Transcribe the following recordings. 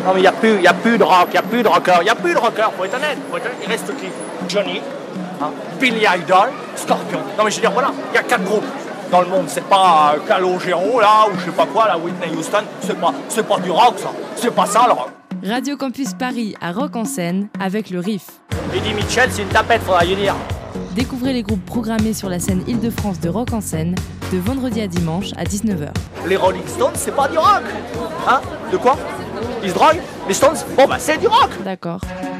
Non mais il y a plus de rock, il y a plus de rockers, il y a plus de rockers, faut être honnête. Il reste qui? Johnny, hein, Billy Idol, Scorpion. Non mais je veux dire voilà, il y a 4 groupes dans le monde, c'est pas Calogero là ou je sais pas quoi, la Whitney Houston, c'est pas du rock ça, c'est pas ça le rock. Radio Campus Paris à Rock en scène avec le Riff. Eddie Mitchell, c'est une tapette, faudra y dire. Découvrez les groupes programmés sur la scène Île-de-France de Rock en scène de vendredi à dimanche à 19h. Les Rolling Stones, c'est pas du rock. Hein? De quoi? Ils se droguent? Les Stones? Bon bah c'est du rock. D'accord.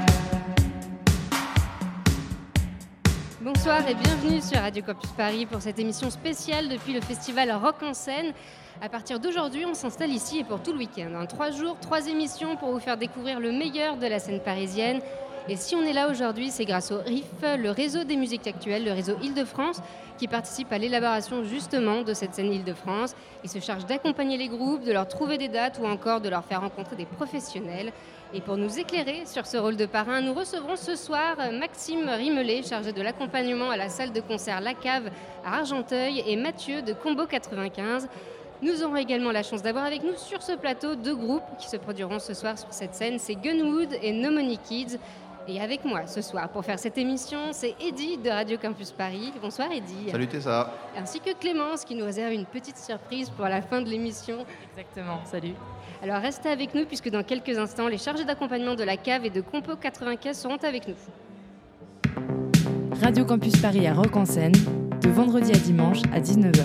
Bonsoir et bienvenue sur Radio Campus Paris pour cette émission spéciale depuis le festival Rock en scène. À partir d'aujourd'hui, on s'installe ici et pour tout le week-end. En 3 jours, 3 émissions pour vous faire découvrir le meilleur de la scène parisienne. Et si on est là aujourd'hui, c'est grâce au RIF, le réseau des musiques actuelles, le réseau Île-de-France, qui participe à l'élaboration justement de cette scène Île-de-France. Il se charge d'accompagner les groupes, de leur trouver des dates ou encore de leur faire rencontrer des professionnels. Et pour nous éclairer sur ce rôle de parrain, nous recevrons ce soir Maxime Rimelet, chargé de l'accompagnement à la salle de concert La Cave à Argenteuil, et Mathieu de Combo 95. Nous aurons également la chance d'avoir avec nous sur ce plateau 2 groupes qui se produiront ce soir sur cette scène. C'est Gunwood et No Money Kids. Et avec moi ce soir pour faire cette émission, c'est Eddy de Radio Campus Paris. Bonsoir Eddy. Salut Tessa. Ainsi que Clémence qui nous réserve une petite surprise pour la fin de l'émission. Exactement, salut. Alors restez avec nous puisque dans quelques instants, les chargés d'accompagnement de La Cave et de Compo 95 seront avec nous. Radio Campus Paris à Rock en scène de vendredi à dimanche à 19h.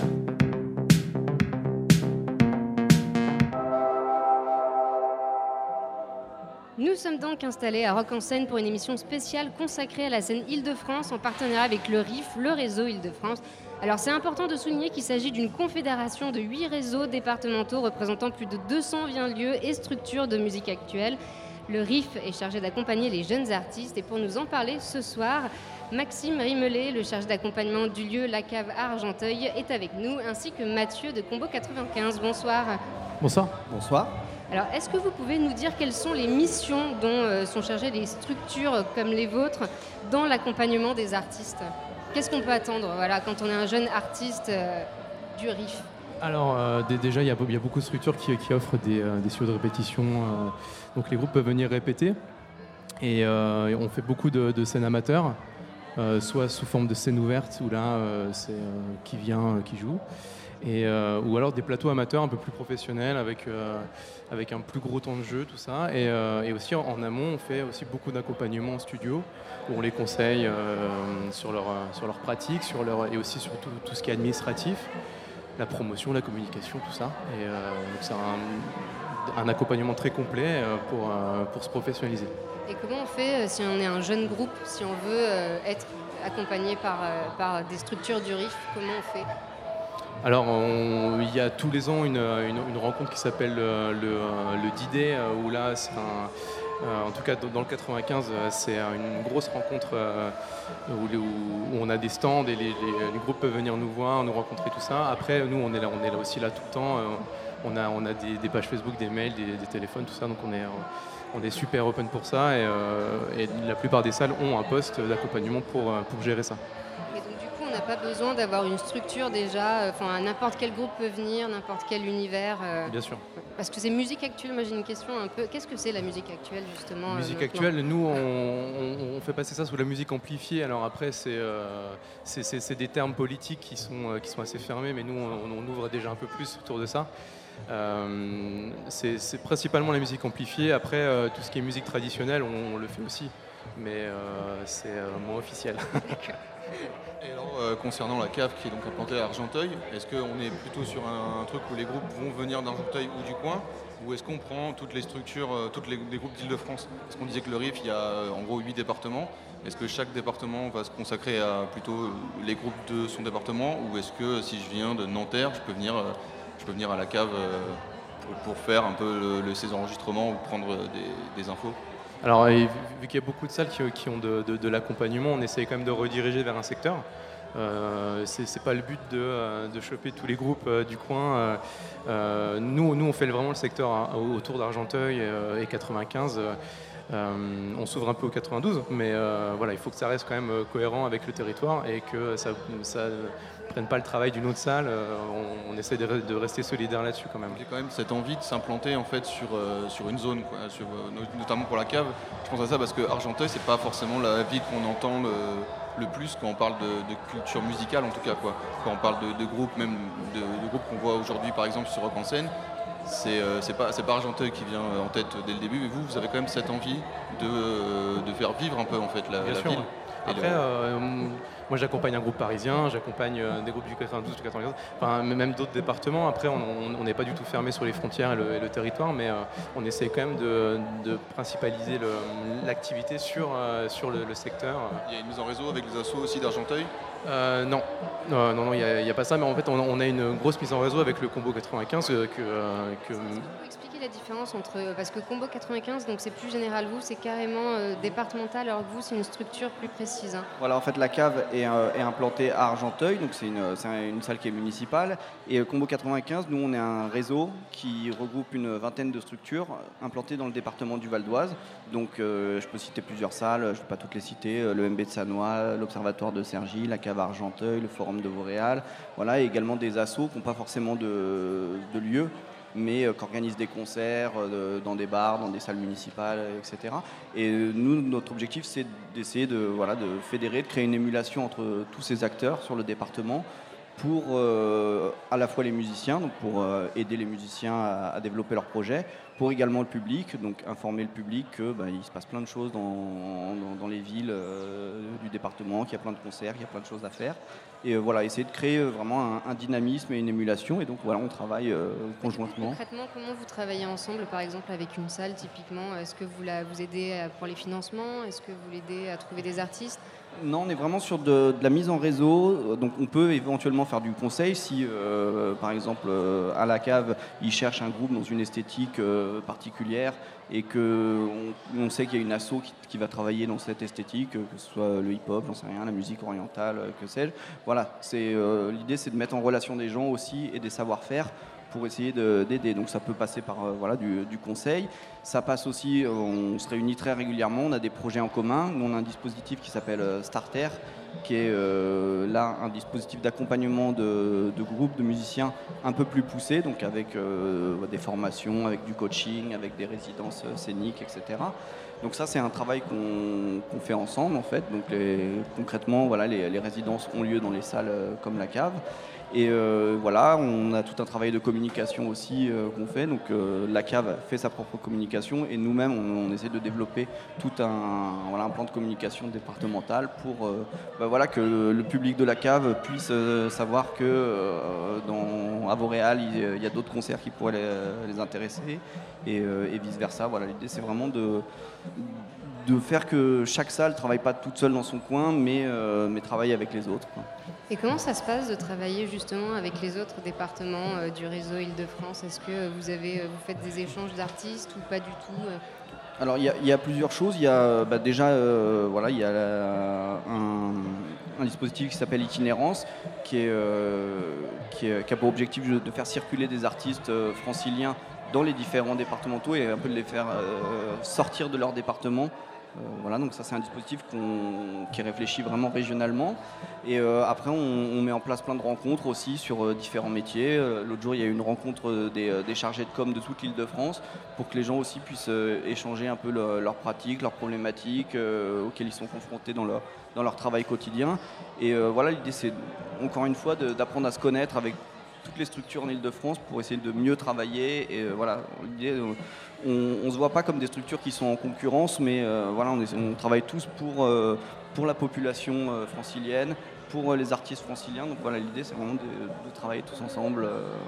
Nous sommes donc installés à Rock en scène pour une émission spéciale consacrée à la scène Île-de-France en partenariat avec le RIF, le réseau Île-de-France. Alors c'est important de souligner qu'il s'agit d'une confédération de 8 réseaux départementaux représentant plus de 220 lieux et structures de musique actuelle. Le RIF est chargé d'accompagner les jeunes artistes et pour nous en parler ce soir, Maxime Rimelet, le chargé d'accompagnement du lieu La Cave à Argenteuil, est avec nous, ainsi que Mathieu de Combo 95. Bonsoir. Bonsoir. Bonsoir. Alors, est-ce que vous pouvez nous dire quelles sont les missions dont sont chargées les structures comme les vôtres dans l'accompagnement des artistes? Qu'est-ce qu'on peut attendre quand on est un jeune artiste du RIF? Alors déjà, il y a beaucoup de structures qui offrent des studios de répétition. Donc les groupes peuvent venir répéter. Et on fait beaucoup de scènes amateurs, soit sous forme de scène ouverte, où là, c'est qui vient, qui joue. Ou alors des plateaux amateurs un peu plus professionnels avec un plus gros temps de jeu, tout ça. Et aussi en amont, on fait aussi beaucoup d'accompagnement en studio où on les conseille sur leur pratique, et aussi sur tout ce qui est administratif, la promotion, la communication, tout ça. Donc c'est un accompagnement très complet pour se professionnaliser. Et comment on fait si on est un jeune groupe, si on veut être accompagné par des structures du RIF, comment on fait? Alors, il y a tous les ans une rencontre qui s'appelle le D-Day, où là, en tout cas dans le 95, c'est une grosse rencontre où on a des stands et les groupes peuvent venir nous voir, nous rencontrer, tout ça. Après, nous, on est là aussi là tout le temps. On a des pages Facebook, des mails, des téléphones, tout ça. Donc on est super open pour ça et la plupart des salles ont un poste d'accompagnement pour gérer ça. On n'a pas besoin d'avoir une structure déjà, n'importe quel groupe peut venir, n'importe quel univers. Bien sûr. Parce que c'est musique actuelle, moi j'ai une question un peu. Qu'est-ce que c'est la musique actuelle justement? Musique actuelle, nous on fait passer ça sous la musique amplifiée. Alors après c'est des termes politiques qui sont assez fermés, mais nous on ouvre déjà un peu plus autour de ça. C'est principalement la musique amplifiée. Après tout ce qui est musique traditionnelle, on le fait aussi, mais c'est moins officiel. Et alors, concernant La Cave qui est donc implantée à Argenteuil, est-ce qu'on est plutôt sur un truc où les groupes vont venir d'Argenteuil ou du coin, ou est-ce qu'on prend toutes les structures, les groupes d'Île-de-France? Parce qu'on disait que le RIF, il y a en gros 8 départements. Est-ce que chaque département va se consacrer à plutôt les groupes de son département, ou est-ce que si je viens de Nanterre, je peux venir à La Cave pour faire un peu ces enregistrements ou prendre des infos? Alors, vu qu'il y a beaucoup de salles qui ont de l'accompagnement, on essaye quand même de rediriger vers un secteur. C'est pas le but de choper tous les groupes du coin. Nous, on fait vraiment le secteur autour d'Argenteuil et 95. On s'ouvre un peu au 92, mais il faut que ça reste quand même cohérent avec le territoire et que ça prennent pas le travail d'une autre salle. On essaie de rester solidaire là-dessus quand même. J'ai quand même cette envie de s'implanter en fait sur une zone, quoi, notamment pour la cave. Je pense à ça parce que Argenteuil, c'est pas forcément la ville qu'on entend le plus quand on parle de culture musicale en tout cas, quoi. Quand on parle de groupes, même de groupes qu'on voit aujourd'hui par exemple sur Rock en scène, c'est pas Argenteuil qui vient en tête dès le début, mais vous avez quand même cette envie de faire vivre un peu en fait la sûr, ville. Après, moi j'accompagne un groupe parisien, j'accompagne des groupes du 92, du 95, enfin, même d'autres départements. Après, on n'est pas du tout fermé sur les frontières et le territoire, mais on essaie quand même de principaliser l'activité sur le secteur. Il y a une mise en réseau avec les assos aussi d'Argenteuil? Non, il n'y a pas ça, mais en fait on a une grosse mise en réseau avec le Combo 95 Est-ce que vous pouvez expliquer la différence entre... Parce que Combo 95, donc c'est plus général, vous c'est carrément départemental, alors que vous c'est une structure plus précise. Hein. Voilà, en fait la cave est implantée à Argenteuil, donc c'est une salle qui est municipale. Et Combo 95, nous on est un réseau qui regroupe une vingtaine de structures implantées dans le département du Val d'Oise. Donc je peux citer plusieurs salles, je ne vais pas toutes les citer, le MB de Sannois, l'Observatoire de Cergy, la cave à Argenteuil, le Forum de Vauréal, voilà, et également des assos qui n'ont pas forcément de lieu, mais qui organisent des concerts dans des bars, dans des salles municipales, etc. Et nous, notre objectif, c'est d'essayer de fédérer, de créer une émulation entre tous ces acteurs sur le département pour à la fois les musiciens, donc pour aider les musiciens à développer leurs projets, pour également le public, donc informer le public qu'il se passe plein de choses dans les villes du département, qu'il y a plein de concerts, qu'il y a plein de choses à faire. Et voilà, essayer de créer vraiment un dynamisme et une émulation. Et donc voilà, on travaille conjointement. Concrètement, comment vous travaillez ensemble, par exemple avec une salle typiquement? Est-ce que vous aidez pour les financements? Est-ce que vous l'aidez à trouver des artistes? Non, on est vraiment sur de la mise en réseau. Donc on peut éventuellement faire du conseil si, par exemple, à la cave, ils cherchent un groupe dans une esthétique particulière et qu'on sait qu'il y a une asso qui va travailler dans cette esthétique, que ce soit le hip-hop, j'en sais rien, la musique orientale, que sais-je. Voilà, l'idée c'est de mettre en relation des gens aussi et des savoir-faire pour essayer d'aider. Donc ça peut passer par du conseil. Ça passe aussi, on se réunit très régulièrement, on a des projets en commun. Nous, on a un dispositif qui s'appelle Starter, qui est là un dispositif d'accompagnement de groupes de musiciens un peu plus poussé, donc avec des formations, avec du coaching, avec des résidences scéniques, etc. Donc ça, c'est un travail qu'on fait ensemble, en fait. Donc concrètement, voilà, les résidences ont lieu dans les salles comme la cave. Et voilà, on a tout un travail de communication aussi qu'on fait. Donc la cave fait sa propre communication et nous-mêmes, on essaie de développer tout un plan de communication départemental pour que le public de la cave puisse savoir que à Vauréal, il y a d'autres concerts qui pourraient les intéresser et vice-versa. Voilà, l'idée, c'est vraiment de faire que chaque salle ne travaille pas toute seule dans son coin, mais travaille avec les autres, quoi. Et comment ça se passe de travailler justement avec les autres départements du réseau Île-de-France? Est-ce que vous faites des échanges d'artistes ou pas du tout? Alors il y a plusieurs choses. Il y a déjà il y a un dispositif qui s'appelle Itinérance qui a pour objectif de faire circuler des artistes franciliens dans les différents départementaux et un peu de les faire sortir de leur département. Voilà, donc ça c'est un dispositif qui réfléchit vraiment régionalement. Et après on met en place plein de rencontres aussi sur différents métiers. L'autre jour il y a eu une rencontre des chargés de com de toute l'Île-de-France pour que les gens aussi puissent échanger un peu leurs pratiques, leurs problématiques auxquelles ils sont confrontés dans leur travail quotidien. Et voilà, l'idée c'est encore une fois d'apprendre à se connaître avec toutes les structures en Île-de-France pour essayer de mieux travailler. Et voilà, l'idée, on ne se voit pas comme des structures qui sont en concurrence, mais on travaille tous pour la population francilienne, pour les artistes franciliens. Donc voilà, l'idée c'est vraiment de travailler tous ensemble.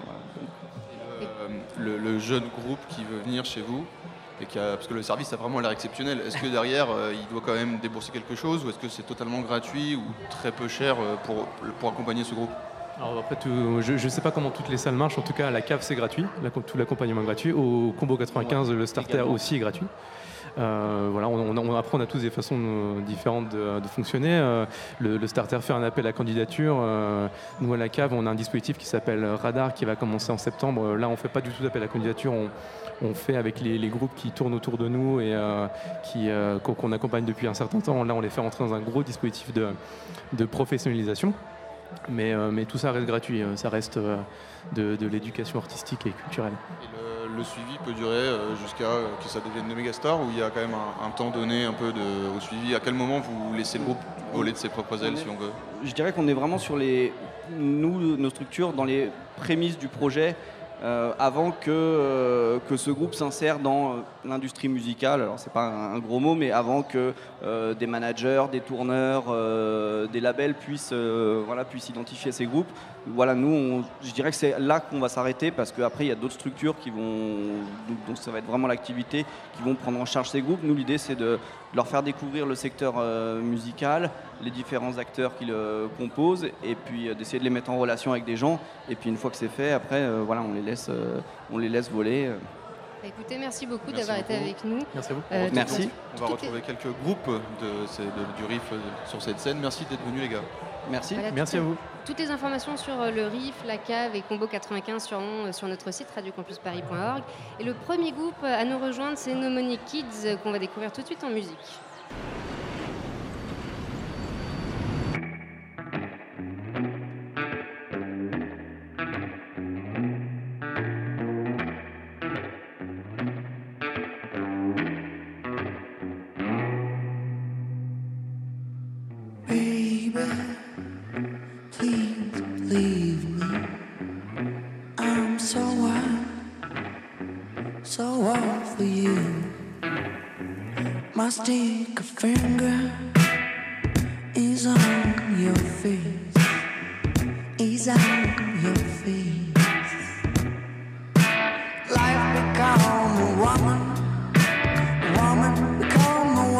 Le jeune groupe qui veut venir chez vous, parce que le service a vraiment l'air exceptionnel, est-ce que derrière il doit quand même débourser quelque chose ou est-ce que c'est totalement gratuit ou très peu cher pour accompagner ce groupe? Alors après, je ne sais pas comment toutes les salles marchent. En tout cas, à la cave, c'est gratuit. Tout l'accompagnement est gratuit. Au Combo 95, le starter également aussi est gratuit. Voilà, après, on a tous des façons différentes de fonctionner. Le starter fait un appel à candidature. Nous, à la cave, on a un dispositif qui s'appelle Radar qui va commencer en septembre. Là, on ne fait pas du tout d'appel à candidature. On fait avec les groupes qui tournent autour de nous et qu'on accompagne depuis un certain temps. Là, on les fait rentrer dans un gros dispositif de professionnalisation. Mais tout ça reste gratuit, ça reste de l'éducation artistique et culturelle. Et le suivi peut durer jusqu'à que ça devienne de méga-stars, ou il y a quand même un temps donné un peu au suivi? À quel moment vous laissez le groupe voler de ses propres ailes, si on veut? Je dirais qu'on est vraiment sur nos structures, dans les prémices du projet, avant que ce groupe s'insère dans l'industrie musicale. Alors c'est pas un gros mot, mais avant que des managers, des tourneurs, des labels puissent identifier ces groupes. Voilà, je dirais que c'est là qu'on va s'arrêter, parce qu'après il y a d'autres structures dont ça va être vraiment l'activité, qui vont prendre en charge ces groupes. Nous, l'idée, c'est de leur faire découvrir le secteur musical, les différents acteurs qui le composent, et puis d'essayer de les mettre en relation avec des gens. Et puis une fois que c'est fait, après, on les laisse voler. Écoutez, merci beaucoup d'avoir été avec nous. Merci à vous. Merci. On va retrouver quelques groupes du RIF sur cette scène. Merci d'être venus, les gars. Merci. Voilà, Merci à vous. Toutes les informations sur le RIF, la cave et Combo 95 sur notre site radiocampusparis.org. Et le premier groupe à nous rejoindre, c'est No Money Kids, qu'on va découvrir tout de suite en musique. My stick of finger is on your face, is on your face. Life become a woman become a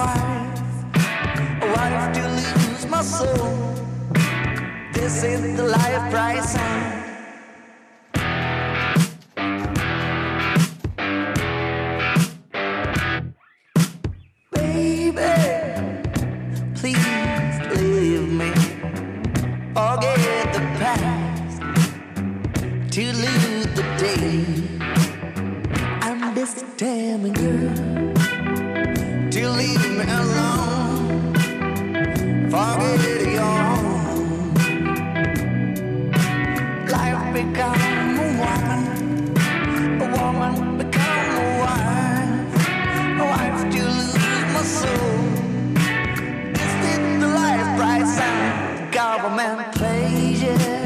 wife to lose my soul. This is the life price. To lose the day, I'm this damn girl. To leave me alone, forget your home. Life become a woman become a wife to lose my soul. This is the life price and government plays it.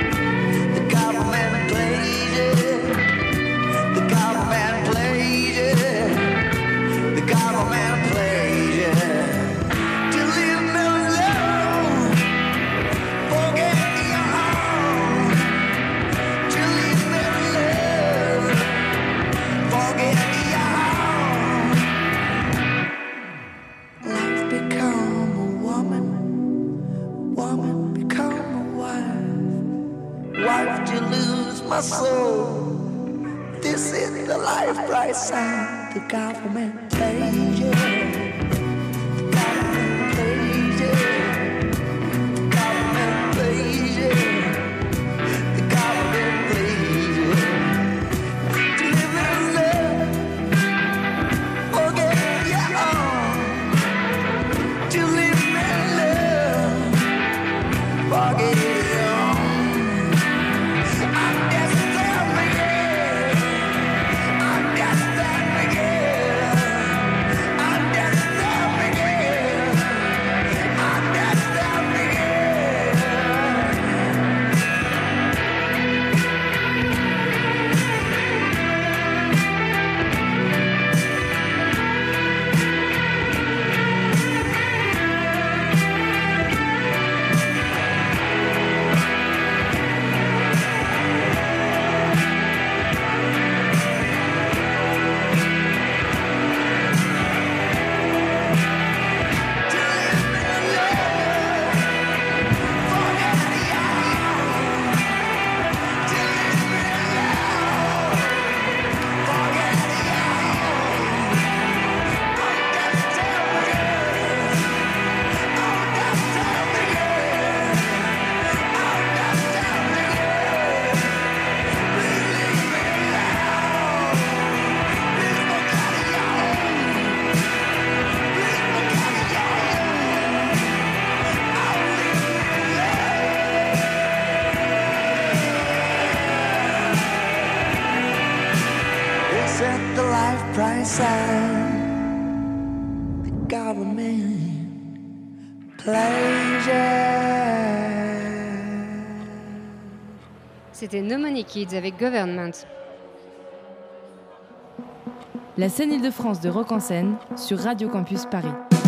My soul, this is the life price and the government pays it. The government pays it. The government pays it. The government pays it. To live in love, forget your own. To live in love, forget your own. I'm set the life price sign. The government pleasure. C'était No Money Kids avec Government. La scène Île-de-France de Rock en scène sur Radio Campus Paris.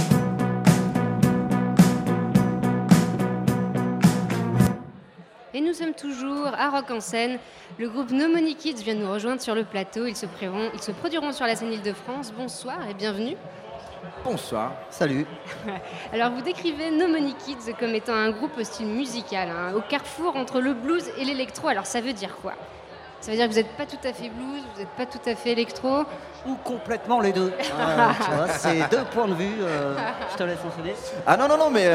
Et nous sommes toujours à Rock en scène. Le groupe No Money Kids vient nous rejoindre sur le plateau. Ils se produiront sur la scène Île-de-France. Bonsoir et bienvenue. Bonsoir, salut. Alors vous décrivez No Money Kids comme étant un groupe au style musical, au carrefour entre le blues et l'électro. Alors ça veut dire quoi ? Ça veut dire que vous n'êtes pas tout à fait blues, vous n'êtes pas tout à fait électro. Ou complètement les deux. Tu vois, c'est deux points de vue. Je te laisse enchaîner. Ah non, mais...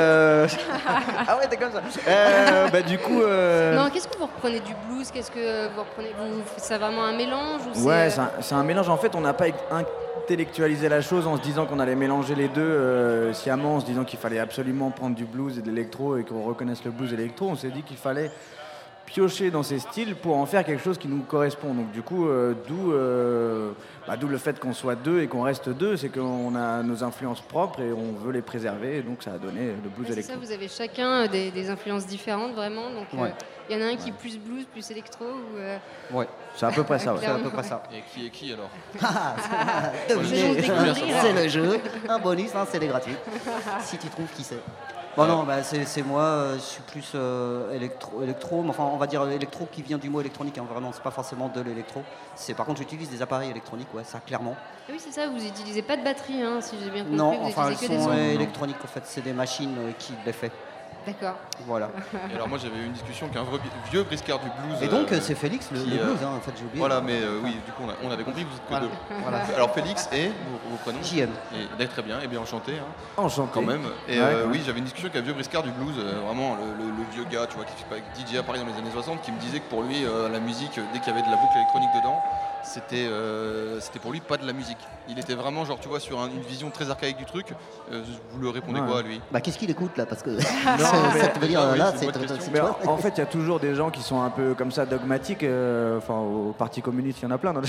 ah ouais, t'es comme ça. Bah du coup... Non, qu'est-ce que vous reprenez du blues ? Qu'est-ce que vous reprenez ? C'est vraiment un mélange ou Ouais, c'est un mélange. En fait, on n'a pas intellectualisé la chose en se disant qu'on allait mélanger les deux sciemment, en se disant qu'il fallait absolument prendre du blues et de l'électro et qu'on reconnaisse le blues et l'électro. On s'est dit qu'il fallait piocher dans ces styles pour en faire quelque chose qui nous correspond. Donc du coup, d'où le fait qu'on soit deux et qu'on reste deux, c'est qu'on a nos influences propres et on veut les préserver. Et donc ça a donné le blues électro. C'est ça, vous avez chacun des influences différentes vraiment. Donc Ouais. y en a un qui est plus blues, plus électro ou Ouais, c'est à peu près ça. Ouais. C'est à peu près ça. Et qui est qui alors? Devinez. découvrir. C'est le jeu. Un bonus, hein, c'est des gratuits. Si tu trouves qui c'est. Bon non, bah, c'est moi, je suis plus électro, mais enfin on va dire électro qui vient du mot électronique, hein, vraiment, c'est pas forcément de l'électro. Par contre j'utilise des appareils électroniques, ouais, ça clairement. Ah oui, c'est ça, vous n'utilisez pas de batterie, hein, si j'ai bien compris. Non, vous enfin elles utilisez que des sont sons. électroniques en fait, c'est des machines qui les fait. D'accord. Voilà. Et alors moi j'avais eu une discussion avec un vieux briscard du blues. Et donc c'est Félix, le qui, blues, hein, en fait j'ai oublié. Voilà, mais oui, du coup on avait compris que vous êtes que Voilà. deux. Voilà. Alors Félix et vos prénoms? JM. Et très bien, et bien enchanté. Hein. Enchanté. Quand même. Et Ouais. oui, j'avais une discussion avec un vieux briscard du blues, vraiment le vieux gars, tu vois, qui fait DJ à Paris dans les années 60, qui me disait que pour lui, la musique, dès qu'il y avait de la boucle électronique dedans, c'était pour lui pas de la musique. Il était vraiment genre, tu vois, sur une vision très archaïque du truc. Vous lui répondez quoi à lui? Bah qu'est-ce qu'il écoute là? Parce que mais- ça te veut dire oui, là, c'est c'est une bonne question. Mais en fait, il y a toujours des gens qui sont un peu comme ça dogmatiques. Enfin, au Parti communiste, il y en a plein. Non,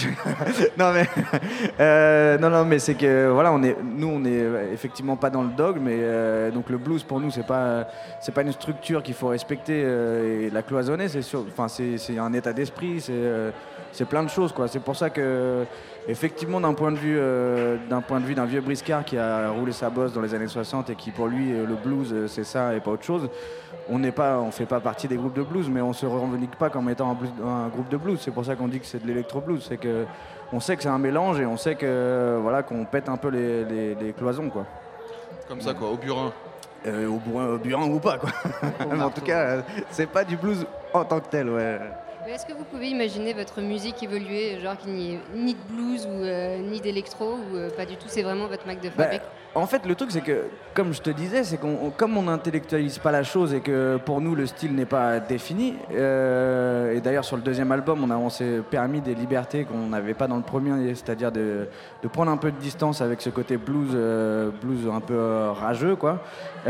non, mais c'est que voilà, on est effectivement pas dans le dogme. Mais donc le blues pour nous, c'est pas une structure qu'il faut respecter et la cloisonner. C'est un état d'esprit. C'est plein de choses, quoi. C'est pour ça que effectivement, d'un point de vue d'un vieux briscard qui a roulé sa bosse dans les années 60 et qui pour lui le blues c'est ça et pas autre chose. On fait pas partie des groupes de blues, mais on se revendique pas comme étant un groupe de blues. C'est pour ça qu'on dit que c'est de l'électro-blues. C'est que on sait que c'est un mélange et on sait que voilà qu'on pète un peu les cloisons, quoi. Comme ça, quoi, au burin. Au burin ou pas, quoi. Mais en tout cas, c'est pas du blues en tant que tel, ouais. Mais est-ce que vous pouvez imaginer votre musique évoluer, genre qu'il n'y ait ni de blues ou ni d'électro ou pas du tout, c'est vraiment votre marque de fabrique? En fait, le truc, c'est que, comme je te disais, c'est comme on n'intellectualise pas la chose et que pour nous, le style n'est pas défini, et d'ailleurs, sur le deuxième album, on s'est permis des libertés qu'on n'avait pas dans le premier, c'est-à-dire de prendre un peu de distance avec ce côté blues un peu rageux, quoi.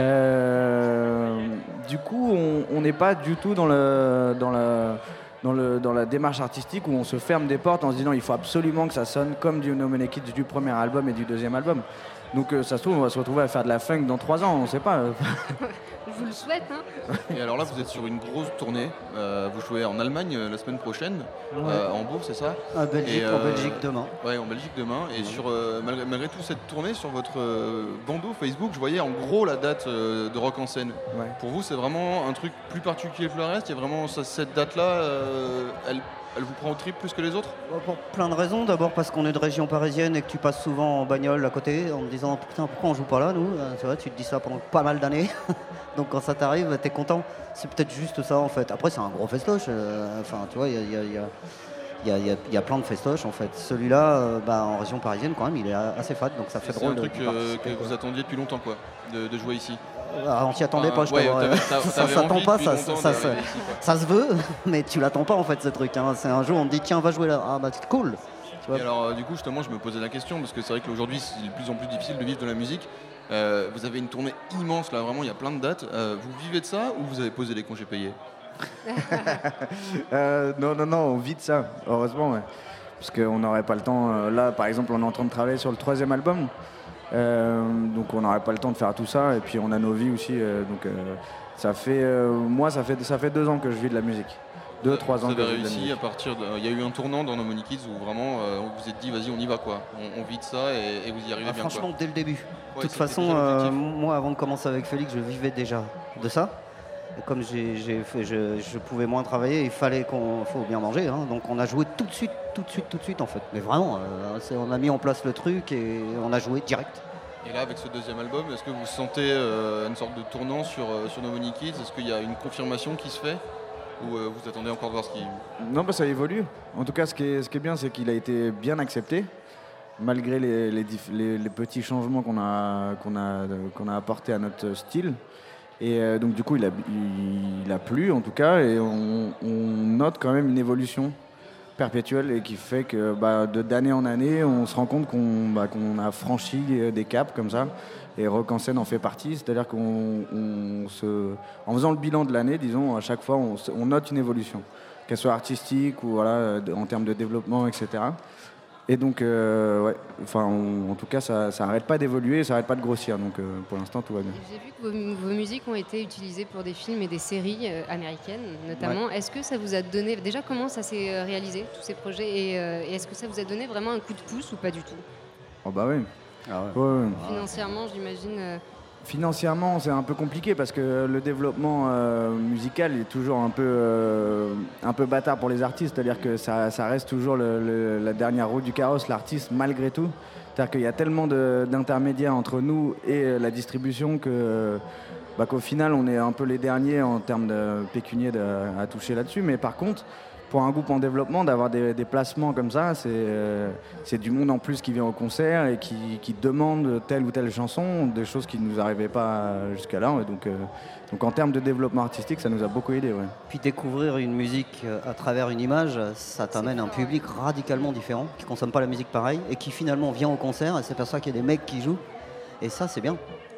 Du coup, on n'est pas du tout dans la démarche artistique où on se ferme des portes en se disant il faut absolument que ça sonne comme du No Money Kids du premier album et du deuxième album. Donc ça se trouve, on va se retrouver à faire de la funk dans 3 ans, on ne sait pas. Je vous le souhaite, hein. Et alors là, vous êtes sur une grosse tournée. Vous jouez en Allemagne la semaine prochaine, à Hambourg, c'est ça? En Belgique, Et, en Belgique demain. Ouais, en Belgique demain. Et malgré tout cette tournée, sur votre bandeau Facebook, je voyais en gros la date de Rock en scène. Ouais. Pour vous, c'est vraiment un truc plus particulier que le reste? Il y a vraiment cette date-là, elle vous prend au trip plus que les autres? Pour plein de raisons. D'abord parce qu'on est de région parisienne et que tu passes souvent en bagnole à côté en me disant putain pourquoi on joue pas là nous, tu vois, tu te dis ça pendant pas mal d'années. Donc quand ça t'arrive, t'es content. C'est peut-être juste ça en fait. Après c'est un gros festoche. Enfin tu vois, il y a plein de festoches en fait. Celui-là, en région parisienne quand même, il est assez fat, donc ça fait C'est drôle. un truc d'y participer, que quoi. vous attendiez depuis longtemps, quoi, de jouer ici. On s'y attendait pas, je ouais, t'avoue. Ça t'avais s'attend envie pas, depuis longtemps d'arriver ici, quoi. ça se veut, mais tu l'attends pas en fait ce truc. Hein. C'est un jour on te dit tiens va jouer là, ah bah c'est cool. Tu vois. Et alors du coup justement je me posais la question parce que c'est vrai qu'aujourd'hui c'est de plus en plus difficile de vivre de la musique. Vous avez une tournée immense là, vraiment il y a plein de dates. Vous vivez de ça ou vous avez posé les congés payés? Non, on vit de ça, heureusement. Ouais. parce qu'on n'aurait pas le temps. Là, par exemple, on est en train de travailler sur le 3e album, donc on n'aurait pas le temps de faire tout ça. Et puis on a nos vies aussi, ça fait moi ça fait 2 ans que je vis de la musique. 2-3 ans vous que avez je vis de la réussi musique. à partir de... Il y a eu un tournant dans No Money Kids où vraiment vous vous êtes dit vas-y on y va quoi. On vit de ça et vous y arrivez bien Franchement, quoi. dès le début. Ouais, De toute c'était façon, déjà l'objectif. moi, avant de commencer avec Félix, je vivais déjà de ça. Et comme je pouvais moins travailler, il fallait faut bien manger. Hein. Donc on a joué tout de suite en fait. Mais vraiment, on a mis en place le truc et on a joué direct. Et là avec ce 2e album, est-ce que vous sentez une sorte de tournant sur No Money Kids? Est-ce qu'il y a une confirmation qui se fait? Ou vous attendez encore de voir ce qui... Non, ça évolue. En tout cas, ce qui est bien, c'est qu'il a été bien accepté, malgré les petits changements qu'on a apportés à notre style. Et donc, du coup, il a plu, en tout cas, et on note quand même une évolution perpétuelle et qui fait que d'année en année, on se rend compte qu'on a franchi des caps comme ça. Et Rock en scène en fait partie, c'est-à-dire en faisant le bilan de l'année, disons, à chaque fois, on note une évolution, qu'elle soit artistique ou en termes de développement, etc. Et donc, en tout cas, ça n'arrête pas d'évoluer, ça n'arrête pas de grossir. Donc, pour l'instant, tout va bien. J'ai vu que vos musiques ont été utilisées pour des films et des séries américaines, notamment. Ouais. Est-ce que ça vous a donné... Déjà, comment ça s'est réalisé, tous ces projets et est-ce que ça vous a donné vraiment un coup de pouce ou pas du tout? Oh bah oui. Ah ouais. Ouais. Financièrement, j'imagine... Financièrement, c'est un peu compliqué parce que le développement musical est toujours un peu bâtard pour les artistes. C'est-à-dire que ça reste toujours la dernière roue du carrosse, l'artiste, malgré tout. C'est-à-dire qu'il y a tellement d'intermédiaires entre nous et la distribution qu'au final, on est un peu les derniers en termes de pécunier à toucher là-dessus. Mais par contre, pour un groupe en développement, d'avoir des placements comme ça, c'est du monde en plus qui vient au concert et qui demande telle ou telle chanson, des choses qui ne nous arrivaient pas jusqu'à là. Donc en termes de développement artistique, ça nous a beaucoup aidé. Ouais. Puis découvrir une musique à travers une image, ça t'amène à un public radicalement différent, qui ne consomme pas la musique pareil et qui finalement vient au concert et s'aperçoit qu'il y a des mecs qui jouent. Et ça, c'est bien.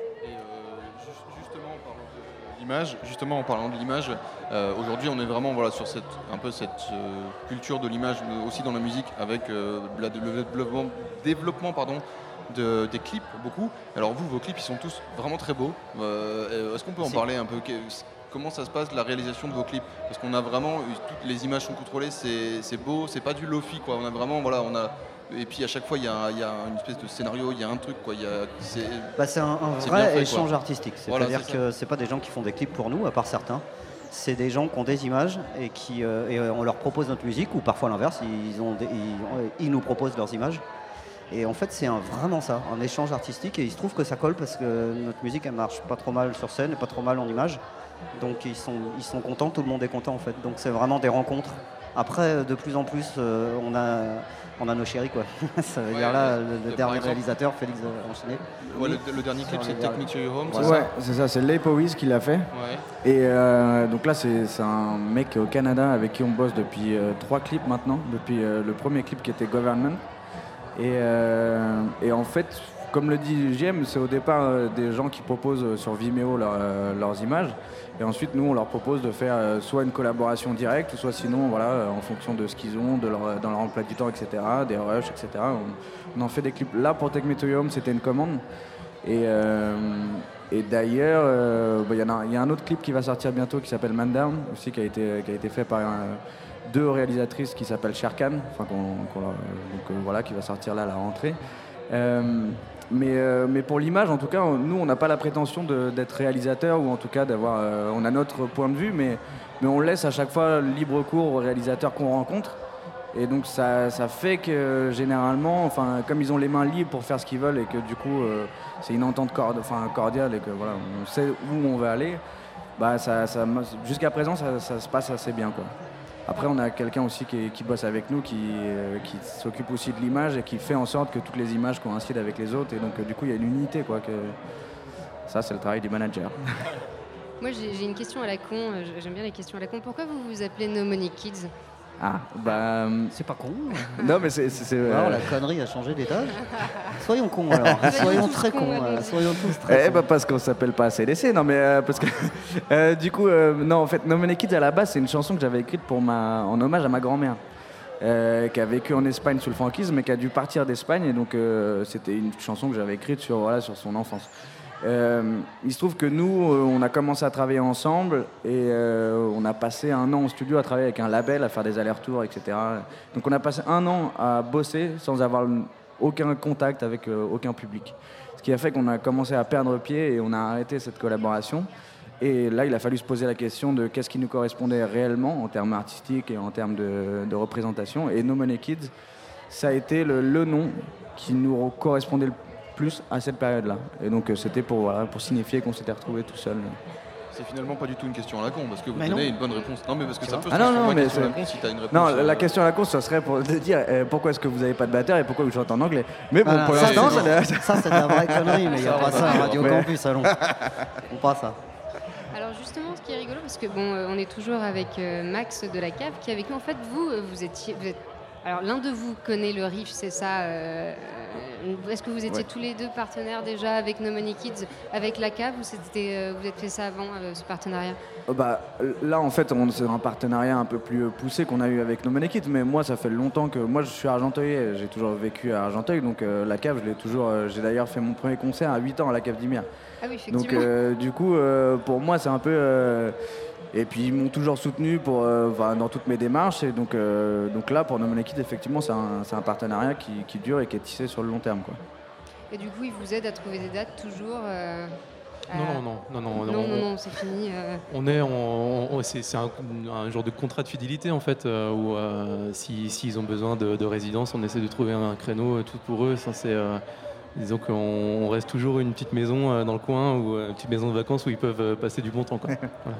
Justement en parlant de l'image, aujourd'hui on est vraiment sur cette culture de l'image, mais aussi dans la musique, avec le développement des clips, beaucoup. Alors vos clips ils sont tous vraiment très beaux. Est-ce qu'on peut en parler un peu? Comment ça se passe la réalisation de vos clips? Parce qu'on a vraiment, toutes les images sont contrôlées, c'est beau, c'est pas du lofi quoi. On a vraiment, et puis à chaque fois il y a une espèce de scénario, il y a un truc quoi. C'est un vrai échange quoi. artistique. C'est-à-dire que c'est pas des gens qui font des clips pour nous, à part certains. C'est des gens qui ont des images et on leur propose notre musique, ou parfois l'inverse, ils nous proposent leurs images. Et en fait c'est vraiment ça, un échange artistique, et il se trouve que ça colle parce que notre musique elle marche pas trop mal sur scène et pas trop mal en image. Donc ils sont contents, tout le monde est content en fait. Donc c'est vraiment des rencontres. Après, de plus en plus, on a nos chéris quoi. Ça veut dire là, le dernier réalisateur, Félix Enchaîné. Ouais, le dernier clip, c'est Take Me to Your Home, c'est ça? Ouais, c'est ça, c'est Leif Powys qui l'a fait. Ouais. Et donc là, c'est un mec au Canada avec qui on bosse depuis 3 clips maintenant, depuis le premier clip qui était Government. Et en fait, comme le dit JM, c'est au départ des gens qui proposent sur Vimeo leurs images. Et ensuite, nous, on leur propose de faire soit une collaboration directe, soit sinon, en fonction de ce qu'ils ont, dans leur emploi du temps, etc., des rushs, etc. On en fait des clips. Là, pour Take Me to Your Home, c'était une commande. Et d'ailleurs, il y a un autre clip qui va sortir bientôt qui s'appelle Man Down, aussi, qui a été fait par 2 réalisatrices qui s'appellent Sherkan, qui va sortir là à la rentrée. Mais pour l'image, en tout cas, nous, on n'a pas la prétention d'être réalisateur, ou en tout cas d'avoir... on a notre point de vue, mais on laisse à chaque fois libre cours aux réalisateurs qu'on rencontre. Et donc ça fait que généralement, comme ils ont les mains libres pour faire ce qu'ils veulent et que du coup, c'est une entente cordiale et que on sait où on va aller, jusqu'à présent, ça se passe assez bien, quoi. Après, on a quelqu'un aussi qui bosse avec nous, qui s'occupe aussi de l'image et qui fait en sorte que toutes les images coïncident avec les autres. Et donc, du coup, il y a une unité, quoi. Ça, c'est le travail du manager. Moi, j'ai une question à la con. J'aime bien les questions à la con. Pourquoi vous vous appelez No Money Kids? C'est pas con. Non, mais c'est alors, la connerie a changé d'étage. Soyons cons alors. Soyons très cons. Soyons tous très cons. Parce qu'on s'appelle pas CDC. Non, mais parce que du coup, non, en fait, No Money Kids à la base, c'est une chanson que j'avais écrite en hommage à ma grand-mère. qui a vécu en Espagne sous le franquisme, mais qui a dû partir d'Espagne. Et donc, c'était une chanson que j'avais écrite sur son enfance. Il se trouve que nous, on a commencé à travailler ensemble et on a passé 1 an au studio à travailler avec un label, à faire des allers-retours, etc. Donc on a passé 1 an à bosser sans avoir aucun contact avec aucun public. Ce qui a fait qu'on a commencé à perdre pied et on a arrêté cette collaboration. Et là, il a fallu se poser la question de qu'est-ce qui nous correspondait réellement en termes artistiques et en termes de représentation. Et No Money Kids, ça a été le nom qui nous correspondait le plus à cette période-là. Et donc c'était pour signifier qu'on s'était retrouvés tout seuls. C'est finalement pas du tout une question à la con, parce que vous donnez une bonne réponse. Non, mais parce que ça peut se transformer en une question à la con si tu as une réponse. Non, la question à la con, ça serait pour te dire pourquoi est-ce que vous n'avez pas de batteur et pourquoi vous chantez en anglais. Mais bon, pour l'instant, ça c'est de la vraie connerie, mais il n'y a pas ça à Radio Campus, allons. On passe ça. Alors justement, ce qui est rigolo, parce que on est toujours avec Max de la Cave qui est avec nous. En fait, vous êtes alors l'un de vous connaît le riff, c'est ça. Est-ce que vous étiez tous les deux partenaires déjà avec No Money Kids, avec la Cave, ou vous êtes fait ça avant, ce partenariat? Là, en fait, c'est un partenariat un peu plus poussé qu'on a eu avec No Money Kids, mais moi, ça fait longtemps que... Moi, je suis argenteuilais, j'ai toujours vécu à Argenteuil, donc la Cave, j'ai d'ailleurs fait mon premier concert à 8 ans à la Cave d'Hymières. Ah oui, effectivement. Donc, du coup, pour moi, c'est un peu... Et puis ils m'ont toujours soutenu dans toutes mes démarches. Et donc là, pour No Money Kids, effectivement, c'est un partenariat qui dure et qui est tissé sur le long terme, quoi. Et du coup, ils vous aident à trouver des dates toujours Non, c'est fini. C'est un genre de contrat de fidélité en fait, où s'ils ont besoin de résidence, on essaie de trouver un créneau tout pour eux. Disons qu'on reste toujours une petite maison dans le coin, ou une petite maison de vacances où ils peuvent passer du bon temps, quoi. Voilà.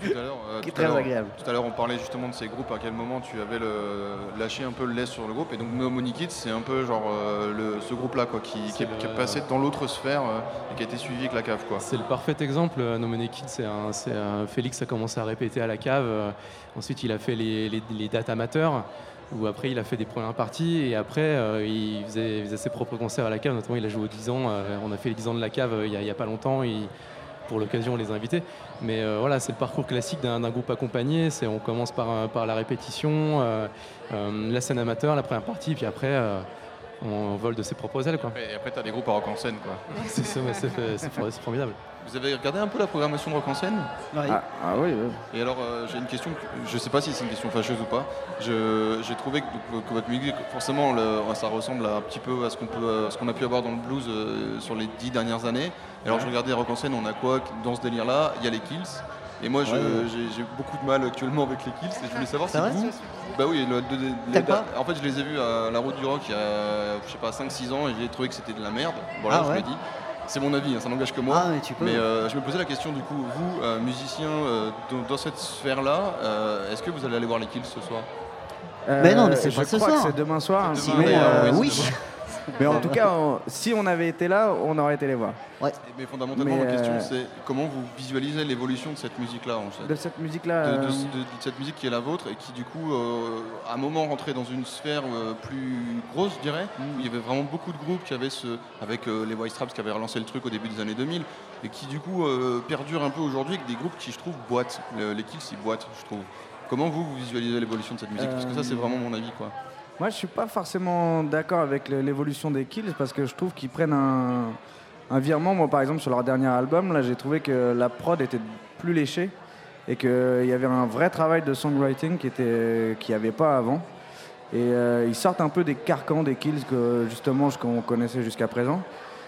Tout à l'heure, on parlait justement de ces groupes. À quel moment tu avais lâché un peu le lest sur le groupe? Et donc No Money Kids, c'est un peu genre ce groupe-là, quoi, qui est passé dans l'autre sphère et qui a été suivi avec la Cave, quoi. C'est le parfait exemple. No Money Kids, Félix a commencé à répéter à la Cave. Ensuite, il a fait les dates amateurs, où après il a fait des premières parties, et après il faisait ses propres concerts à la Cave. Notamment, il a joué aux 10 ans. On a fait les 10 ans de la Cave il y a pas longtemps. Pour l'occasion, on les a invités. Mais voilà, c'est le parcours classique d'un groupe accompagné. On commence par la répétition, la scène amateur, la première partie, puis après on vole de ses propres ailes, quoi. Et après, tu as des groupes à Rock en scène, quoi. C'est formidable. Vous avez regardé un peu la programmation de Rock en scène? Oui. Oui. Et alors, j'ai une question, je ne sais pas si c'est une question fâcheuse ou pas. J'ai trouvé que votre musique, forcément, ça ressemble un petit peu à ce qu'on a pu avoir dans le blues sur les 10 dernières années. Et alors, je regardais Rock en scène, on a quoi dans ce délire-là? Il y a les Kills. Et moi, j'ai beaucoup de mal actuellement avec les Kills. Et je voulais savoir si vous... Bah oui, en fait, je les ai vus à la Route du Rock il y a, je sais pas, 5-6 ans, et j'ai trouvé que c'était de la merde. Voilà, je me dis. C'est mon avis, ça n'engage que moi. Mais je me posais la question, du coup, vous, musiciens dans cette sphère-là, est-ce que vous allez aller voir les Kills ce soir? Mais non, mais c'est pas ce soir. Je crois que c'est demain soir. Oui. Mais en tout cas, si on avait été là, on aurait été les voir. Ouais. Mais fondamentalement, la question, c'est comment vous visualisez l'évolution de cette musique-là, en fait. De cette musique-là de cette musique qui est la vôtre et qui, du coup, à un moment rentrait dans une sphère plus grosse, je dirais, où il y avait vraiment beaucoup de groupes qui avaient avec les White Stripes qui avaient relancé le truc au début des années 2000, et qui, du coup, perdurent un peu aujourd'hui avec des groupes qui, je trouve, boitent. Les Kills, ils boitent, je trouve. Comment vous visualisez l'évolution de cette musique? Parce que ça, c'est vraiment mon avis, quoi. Moi, je suis pas forcément d'accord avec l'évolution des Kills, parce que je trouve qu'ils prennent un virement. Moi, par exemple, sur leur dernier album, là, j'ai trouvé que la prod était plus léchée et qu'il y avait un vrai travail de songwriting qu'il n'y avait pas avant. Et ils sortent un peu des carcans des Kills que justement qu'on connaissait jusqu'à présent.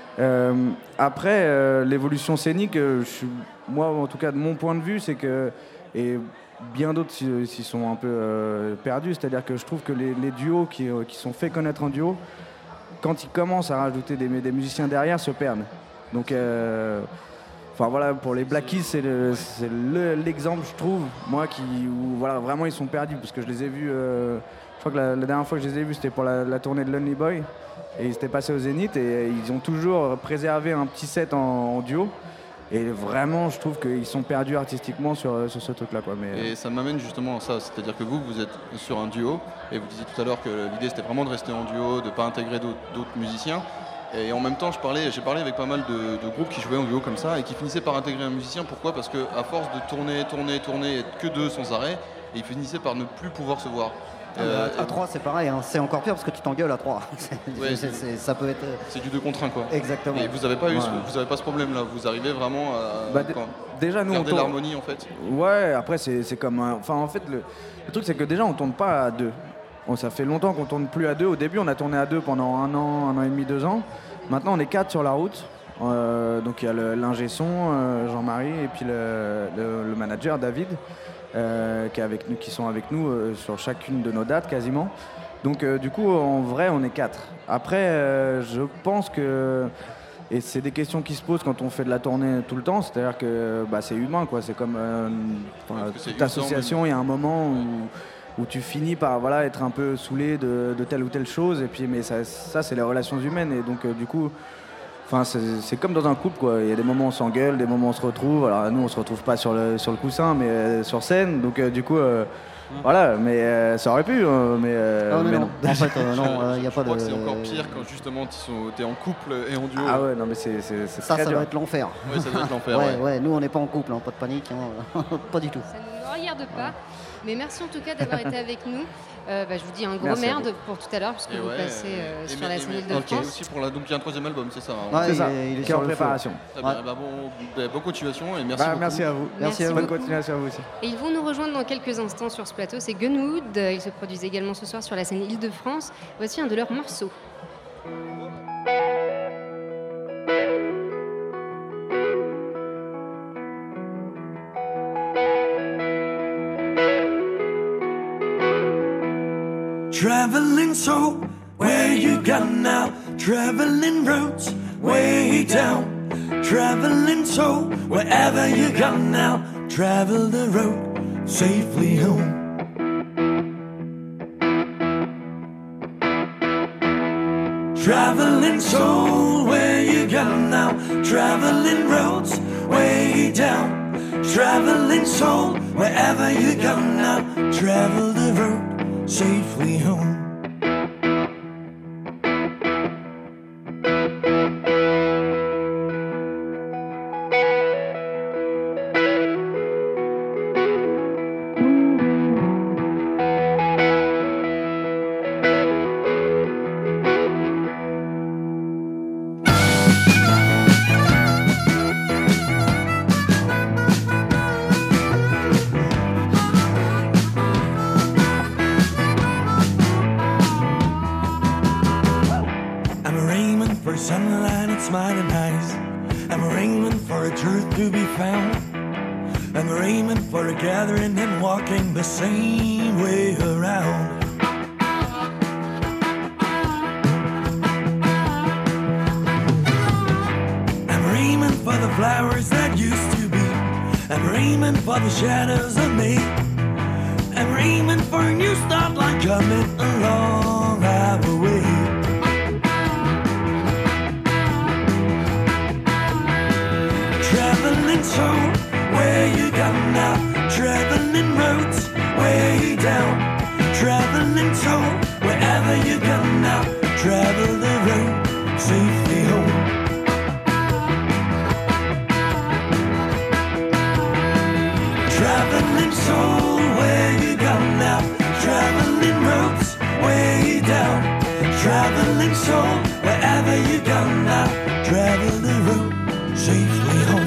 Après, l'évolution scénique, moi, en tout cas, de mon point de vue, c'est que... Et bien d'autres s'y sont un peu perdus, c'est-à-dire que je trouve que les duos qui sont faits connaître en duo, quand ils commencent à rajouter des musiciens derrière, se perdent. Donc, voilà, pour les Black Keys, c'est l'exemple, je trouve, moi, où voilà, vraiment ils sont perdus, parce que je les ai vus, je crois que la dernière fois que je les ai vus, c'était pour la tournée de Lonely Boy, et ils s'étaient passés au Zénith, et ils ont toujours préservé un petit set en duo. Et vraiment, je trouve qu'ils sont perdus artistiquement sur ce truc-là, quoi. Et ça m'amène justement à ça, c'est-à-dire que vous êtes sur un duo, et vous disiez tout à l'heure que l'idée c'était vraiment de rester en duo, de ne pas intégrer d'autres musiciens. Et en même temps, j'ai parlé avec pas mal de groupes qui jouaient en duo comme ça, et qui finissaient par intégrer un musicien. Pourquoi? Parce qu'à force de tourner, et être que deux sans arrêt, et ils finissaient par ne plus pouvoir se voir. À 3, c'est pareil, hein. C'est encore pire parce que tu t'engueules à 3. Ouais, Ça peut être. C'est du 2 contre 1 quoi. Exactement. Et vous avez pas ce problème là, vous arrivez vraiment à déjà nous on garder tourne... l'harmonie en fait. Ouais, après c'est comme enfin en fait le truc c'est que déjà on tourne pas à 2. Ça fait longtemps qu'on tourne plus à 2. Au début on a tourné à 2 pendant un an et demi, 2 ans. Maintenant on est 4 sur la route. Donc il y a l'ingé son Jean-Marie et puis le manager David qui sont avec nous sur chacune de nos dates quasiment. Donc du coup en vrai on est 4. Après je pense que et c'est des questions qui se posent quand on fait de la tournée tout le temps, c'est-à-dire que c'est humain quoi, c'est comme toute association, il y a un moment où tu finis par être un peu saoulé de telle ou telle chose et puis mais ça c'est les relations humaines et donc du coup c'est comme dans un couple quoi. Il y a des moments où on s'engueule, des moments où on se retrouve. Alors nous on se retrouve pas sur le coussin mais sur scène. Donc du coup voilà, mais ça aurait pu mais non. En fait non, il y a pas de. Je crois que c'est encore pire quand justement t'es en couple et en duo. Ah ouais, non mais c'est ça très dur. va être l'enfer. Ouais, ça va être l'enfer. Ouais, nous on n'est pas en couple, pas de panique, pas du tout. Ça ne nous regarde pas. Mais merci en tout cas d'avoir été avec nous. Je vous dis un gros merde pour tout à l'heure, puisque vous passez sur la scène Île-de-France. Aussi pour donc il y a un 3e album, c'est ça Ouais, c'est ça, il est qui est en préparation. Très bien, bonne continuation et merci beaucoup. Merci à vous. Merci à vous. Bonne continuation à vous aussi. Et ils vont nous rejoindre dans quelques instants sur ce plateau, c'est Gunwood. Ils se produisent également ce soir sur la scène Île-de-France. Voici un de leurs morceaux. Traveling soul, where you gone now? Traveling roads, way down. Traveling soul, wherever you gone now. Travel the road, safely home. Traveling soul, where you gone now? Traveling roads, way down. Traveling soul, wherever you gone now. Travel the road, safely home. Shadows of me. I'm aiming for a new start line coming along our way. Traveling soul, where you gone now? Traveling roads, way down. Traveling soul, wherever you gone now. Travel the road, safely home. Traveling soul, where you gone now? Traveling roads, way down. Traveling soul, wherever you gone now. Travel the road, safely home.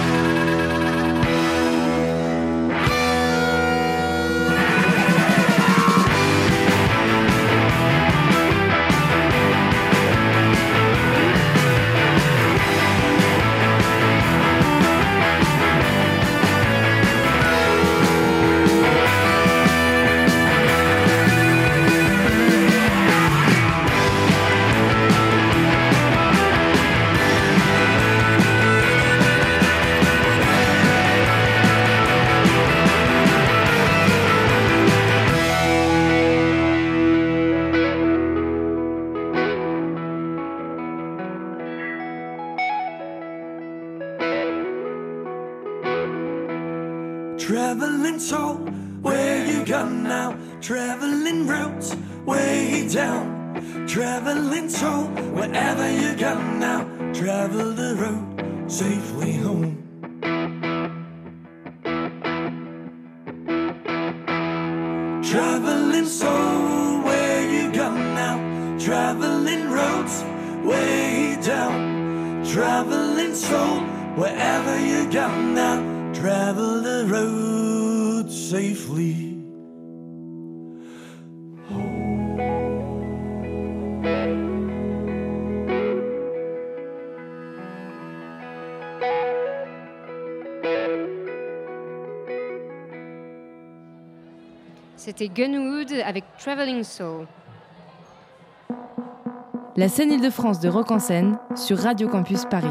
Traveling soul, where you gone now? Traveling roads, way down. Traveling soul, wherever you gone now. Travel the road, safely home. Traveling soul. down, traveling soul, wherever you go now, travel the road safely. C'était Gunwood avec Traveling Soul. La scène Île-de-France de Rock en scène sur Radio Campus Paris.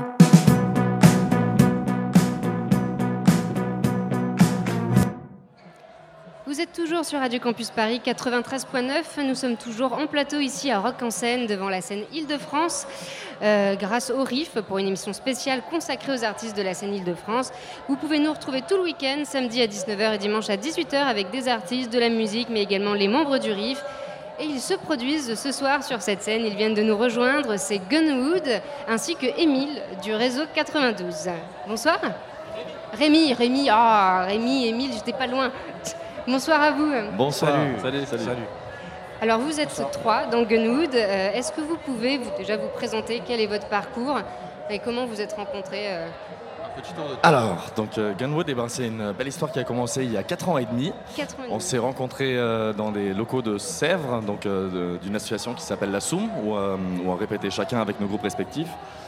Vous êtes toujours sur Radio Campus Paris 93.9. Nous sommes toujours en plateau ici à Rock en scène devant la scène Île-de-France grâce au RIF pour une émission spéciale consacrée aux artistes de la scène Île-de-France. Vous pouvez nous retrouver tout le week-end, samedi à 19h et dimanche à 18h avec des artistes, de la musique mais également les membres du RIF. Et ils se produisent ce soir sur cette scène. Ils viennent de nous rejoindre, c'est Gunwood ainsi que Émile du réseau 92. Bonsoir. Rémi, Émile, j'étais pas loin. Bonsoir à vous. Bonsoir. Salut. Alors vous êtes trois dans Gunwood. Est-ce que vous pouvez déjà vous présenter quel est votre parcours et comment vous êtes rencontrés Alors, donc Gunwood, c'est une belle histoire qui a commencé il y a 4 ans et demi. On s'est rencontrés dans les locaux de Sèvres, donc d'une association qui s'appelle la Soum, où on répétait chacun avec nos groupes respectifs.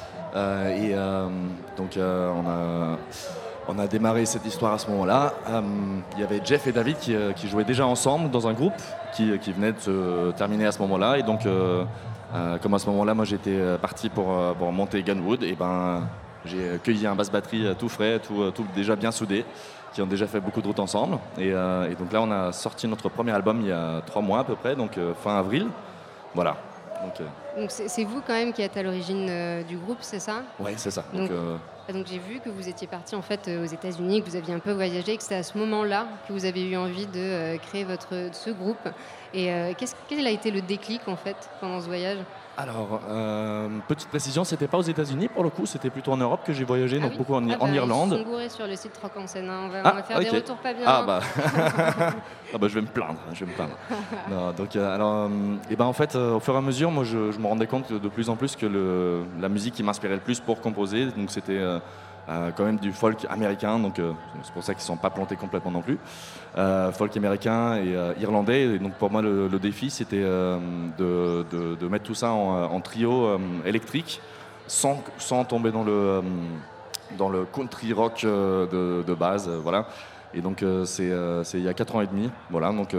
On a démarré cette histoire à ce moment-là. Il y avait Jeff et David qui jouaient déjà ensemble dans un groupe qui venait de se terminer à ce moment-là. Et donc, comme à ce moment-là, moi j'étais parti pour monter Gunwood, et j'ai cueilli un basse-batterie tout frais, tout déjà bien soudé, qui ont déjà fait beaucoup de routes ensemble. Et donc là, on a sorti notre premier album il y a 3 mois à peu près, donc fin avril. Voilà. Donc c'est vous quand même qui êtes à l'origine du groupe, c'est ça ? Oui, c'est ça. Donc j'ai vu que vous étiez parti en fait aux États-Unis, que vous aviez un peu voyagé, que c'est à ce moment-là que vous avez eu envie de créer ce groupe. Et quel a été le déclic en fait pendant ce voyage ? Alors, petite précision, c'était pas aux États-Unis pour le coup, c'était plutôt en Europe que j'ai voyagé, donc beaucoup en Irlande. Ils sont bourrés sur le site Rock en scène, hein. On va faire des retours pas bien. Je vais me plaindre. Non, donc, en fait, au fur et à mesure, moi, je me rendais compte de plus en plus que la musique qui m'inspirait le plus pour composer, donc c'était quand même du folk américain, donc c'est pour ça qu'ils ne sont pas plantés complètement non plus. Folk américain et irlandais, et donc pour moi le défi c'était de mettre tout ça en trio électrique sans tomber dans le country rock de base, voilà. Et donc c'est il y a 4 ans et demi, voilà, donc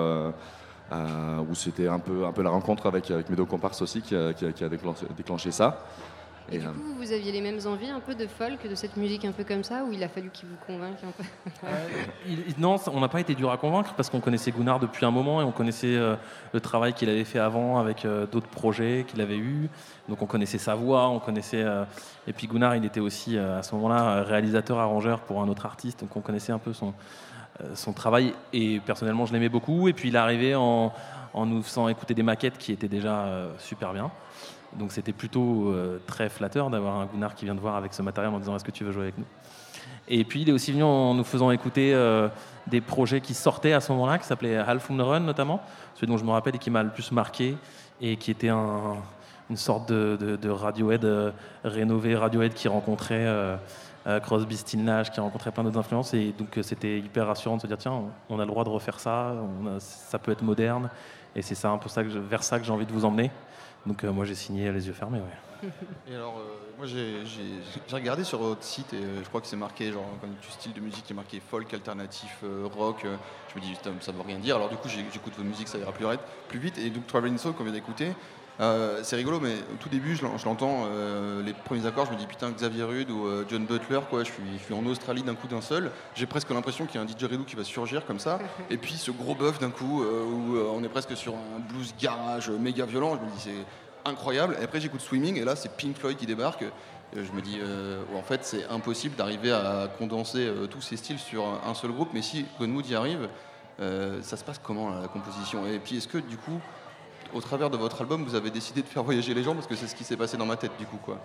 où c'était un peu la rencontre avec mes 2 comparses aussi qui a déclenché ça. Et du coup, vous aviez les mêmes envies un peu de folk, de cette musique un peu comme ça, ou il a fallu qu'il vous convainque un peu Non, on n'a pas été dur à convaincre parce qu'on connaissait Gunnar depuis un moment et on connaissait le travail qu'il avait fait avant avec d'autres projets qu'il avait eus. Donc on connaissait sa voix, on connaissait... Et puis Gunnar, il était aussi à ce moment-là réalisateur-arrangeur pour un autre artiste, donc on connaissait un peu son travail et personnellement je l'aimais beaucoup. Et puis il est arrivé en nous faisant écouter des maquettes qui étaient déjà super bien. Donc c'était plutôt très flatteur d'avoir un Gunnar qui vient te voir avec ce matériel en disant « Est-ce que tu veux jouer avec nous ?» Et puis il est aussi venu en nous faisant écouter des projets qui sortaient à ce moment-là, qui s'appelaient Half Moon Run notamment, celui dont je me rappelle et qui m'a le plus marqué, et qui était une sorte de Radiohead rénové, Radiohead qui rencontrait Crosby, Stills, Nash, qui rencontrait plein d'autres influences. Et donc c'était hyper rassurant de se dire « Tiens, on a le droit de refaire ça, ça peut être moderne. » Et c'est ça un peu vers ça que j'ai envie de vous emmener. Donc moi j'ai signé les yeux fermés. Ouais. Et alors moi j'ai regardé sur votre site et je crois que c'est marqué genre comme du style de musique qui est marqué folk, alternatif, rock. Je me dis ça ne veut rien dire. Alors du coup j'écoute votre musique, ça ira plus vite. Et donc Traveling Soul qu'on vient d'écouter, c'est rigolo, mais au tout début je l'entends, les premiers accords, je me dis putain Xavier Rudd ou John Butler quoi. Je suis en Australie d'un coup d'un seul. J'ai presque l'impression qu'il y a un didgeridoo qui va surgir comme ça. Et puis ce gros bœuf d'un coup où on est presque sur un blues garage méga violent. Je me dis c'est incroyable. Et après j'écoute Swimming et là c'est Pink Floyd qui débarque. Je me dis en fait c'est impossible d'arriver à condenser tous ces styles sur un seul groupe. Mais si Gunwood y arrive, ça se passe comment la composition? Et puis est-ce que du coup au travers de votre album, vous avez décidé de faire voyager les gens parce que c'est ce qui s'est passé dans ma tête du coup quoi.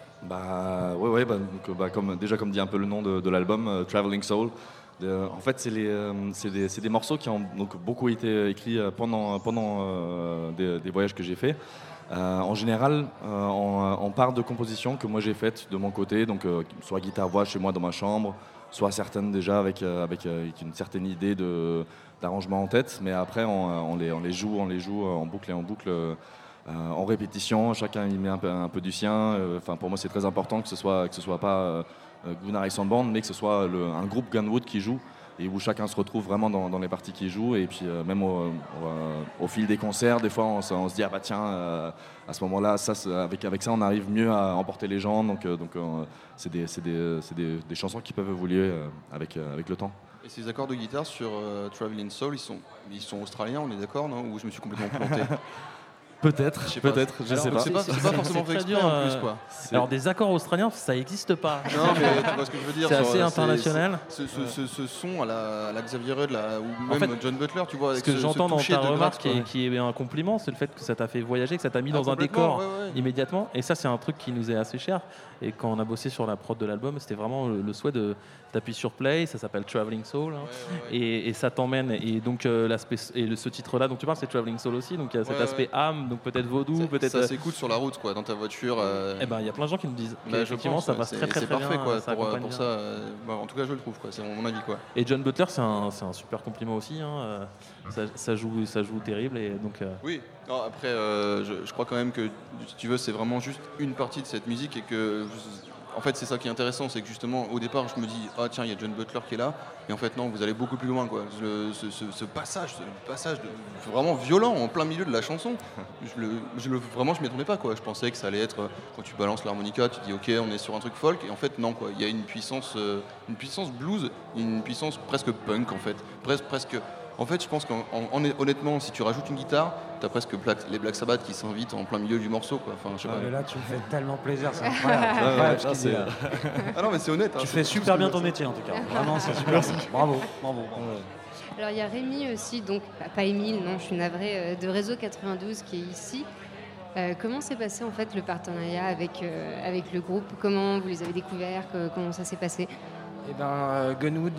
Comme dit un peu le nom de l'album, Traveling Soul. En fait, c'est des morceaux qui ont donc beaucoup été écrits pendant des voyages que j'ai faits. En général, on part de compositions que moi j'ai faites de mon côté, donc soit guitare-voix chez moi dans ma chambre, soit certaines déjà avec une certaine idée d'arrangement en tête, mais après on les joue en boucle et en boucle, en répétition, chacun y met un peu du sien. Enfin, pour moi c'est très important que ce soit pas Gunnar et son band, mais que ce soit un groupe Gunwood qui joue, et où chacun se retrouve vraiment dans les parties qu'il joue. Et puis même au fil des concerts, des fois on se dit ah bah tiens, à ce moment-là, avec ça on arrive mieux à emporter les gens. Donc c'est des chansons qui peuvent évoluer avec le temps. Et ces accords de guitare sur Traveling Soul, ils sont australiens, on est d'accord, non? Ou je me suis complètement planté? Peut-être, je sais pas. C'est pas forcément fait exprès en plus, quoi. Alors des accords australiens, ça n'existe pas. Non, mais tu vois ce que je veux dire. C'est assez international. Ce son à la Xavier Rudd, ou même John Butler, tu vois. Ce que j'entends dans ta remarque qui est un compliment, c'est le fait que ça t'a fait voyager, que ça t'a mis dans un décor immédiatement. Et ça, c'est un truc qui nous est assez cher. Et quand on a bossé sur la prod de l'album, c'était vraiment le souhait de t'appuyer sur play. Ça s'appelle Traveling Soul, et ça t'emmène. Et donc ce titre-là, dont tu parles, c'est Traveling Soul aussi. Donc il y a cet aspect âme. Donc peut-être vaudou, peut-être. Ça s'écoute sur la route, quoi, dans ta voiture. Eh ben, il y a plein de gens qui nous disent. Effectivement, ça passe très c'est bien. parfait, quoi, pour ça. En tout cas, je le trouve, quoi. C'est mon avis, quoi. Et John Butler, c'est un super compliment aussi. Ça joue terrible, et donc. Oui. Non, après, je crois quand même que, si tu veux, c'est vraiment juste une partie de cette musique, et que. En fait, c'est ça qui est intéressant, c'est que justement, au départ, je me dis, ah tiens, il y a John Butler qui est là, et en fait, non, vous allez beaucoup plus loin, quoi. Ce passage vraiment violent en plein milieu de la chanson, vraiment, je m'y attendais pas, quoi. Je pensais que ça allait être, quand tu balances l'harmonica, tu dis, ok, on est sur un truc folk, et en fait, non, quoi. Il y a une puissance blues, une puissance presque punk, en fait, presque. En fait, je pense qu'honnêtement, si tu rajoutes une guitare, t'as presque les Black Sabbath qui s'invitent en plein milieu du morceau, quoi. Enfin, je sais pas. Mais là, tu me fais tellement plaisir, c'est incroyable. Ah non, mais c'est honnête. Tu fais super bien ton métier, en tout cas. Vraiment, c'est super. Bravo. Alors, il y a Rémi aussi, donc pas Émile, non, je suis navrée, de Réseau 92 qui est ici. Comment s'est passé en fait le partenariat avec le groupe? Comment vous les avez découverts? Comment ça s'est passé? Eh ben, Gunwood,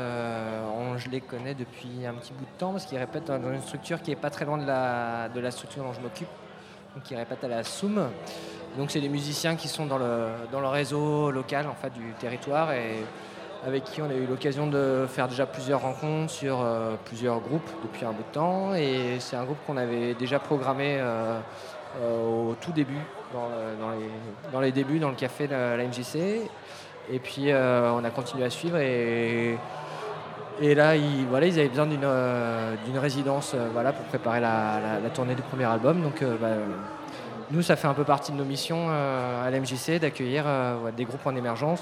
je les connais depuis un petit bout de temps parce qu'ils répètent dans une structure qui n'est pas très loin de la structure dont je m'occupe. Donc ils répètent à la Soum. Donc c'est des musiciens qui sont dans le réseau local, en fait, du territoire, et avec qui on a eu l'occasion de faire déjà plusieurs rencontres sur plusieurs groupes depuis un bout de temps. Et c'est un groupe qu'on avait déjà programmé au tout début, dans les débuts, dans le café de la MJC. Et puis on a continué à suivre, et là ils avaient besoin d'une résidence pour préparer la tournée du premier album. Donc nous, ça fait un peu partie de nos missions à la MJC d'accueillir des groupes en émergence,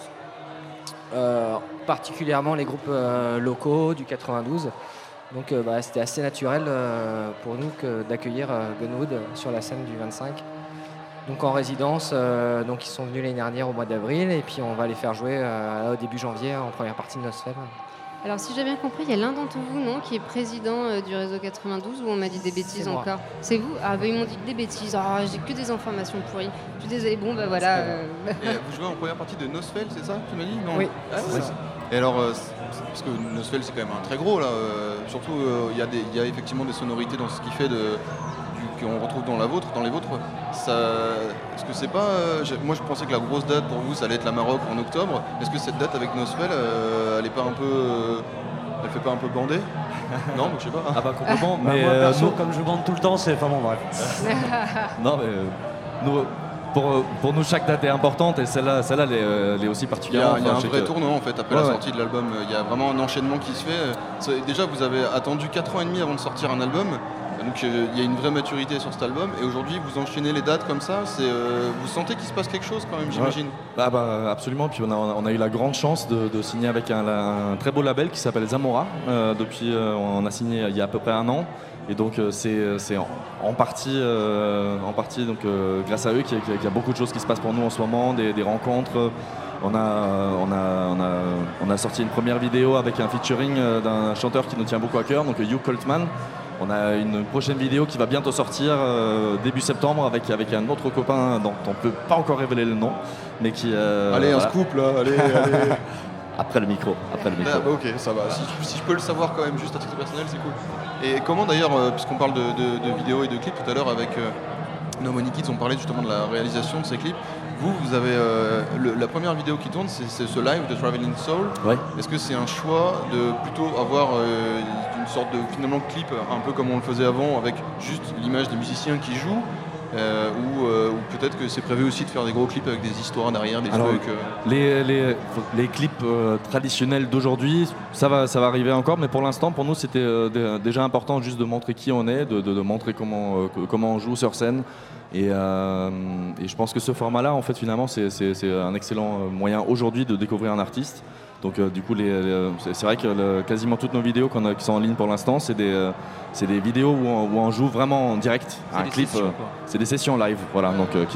particulièrement les groupes locaux du 92. Donc c'était assez naturel pour nous d'accueillir Gunwood sur la scène du 25. Donc en résidence, donc ils sont venus l'année dernière au mois d'avril, et puis on va les faire jouer au début janvier en première partie de Nosfell. Alors si j'ai bien compris, il y a l'un d'entre vous, non, qui est président du réseau 92, ou on m'a dit des bêtises encore? C'est vous? Ah bah ils m'ont dit que des bêtises. Ah, j'ai que des informations pourries. Je suis désolée. Bon bah voilà. Et vous jouez en première partie de Nosfell, c'est ça? Tu m'as dit? Non. Oui. Ah, c'est ça. Et alors, parce que Nosfell c'est quand même un très gros là. Surtout il y a effectivement des sonorités dans ce qu'il fait qu'on retrouve dans les vôtres. Est-ce que c'est pas... moi je pensais que la grosse date pour vous ça allait être la Maroc en octobre. Est-ce que cette date avec Nosfell elle est pas un peu... elle fait pas un peu bander? Non, je sais pas. Ah bah complètement. Mais moi perso, comme je bande tout le temps, c'est... Enfin bon, bref. Non mais... Pour nous, chaque date est importante, et celle-là elle est aussi particulière. Il y a un vrai tournant en fait après la sortie de l'album. Il y a vraiment un enchaînement qui se fait. Déjà, vous avez attendu 4 ans et demi avant de sortir un album. Donc il y a une vraie maturité sur cet album, et aujourd'hui vous enchaînez les dates comme ça, vous sentez qu'il se passe quelque chose quand même, j'imagine? Ouais. Bah, absolument, puis on a eu la grande chance de signer avec un très beau label qui s'appelle Zamora. On a signé il y a à peu près 1 an, et donc c'est en partie donc, grâce à eux qu'il y a beaucoup de choses qui se passent pour nous en ce moment, des rencontres. On a sorti une première vidéo avec un featuring d'un chanteur qui nous tient beaucoup à cœur, donc Hugh Coltman. On a une prochaine vidéo qui va bientôt sortir début septembre avec un autre copain dont on ne peut pas encore révéler le nom, mais qui... allez, un scoop là, allez. Après le micro. Ah, bah, ok, ça va. Si je peux le savoir quand même, juste à titre personnel, c'est cool. Et comment d'ailleurs, puisqu'on parle de vidéos et de clips tout à l'heure avec No Money Kids ont parlé justement de la réalisation de ces clips. Vous avez la première vidéo qui tourne, c'est ce live de Traveling Soul. Ouais. Est-ce que c'est un choix de plutôt avoir une sorte de finalement clip un peu comme on le faisait avant, avec juste l'image des musiciens qui jouent, ou peut-être que c'est prévu aussi de faire des gros clips avec des histoires derrière, des Alors, trucs. Les clips traditionnels d'aujourd'hui, ça va arriver encore, mais pour l'instant, pour nous, c'était déjà important juste de montrer qui on est, de montrer comment on joue sur scène. Et je pense que ce format-là, en fait, finalement, c'est un excellent moyen aujourd'hui de découvrir un artiste. Donc, du coup, c'est vrai que quasiment toutes nos vidéos qui sont en ligne pour l'instant, c'est des vidéos où on joue vraiment en direct. Un clip, c'est des sessions live. Voilà,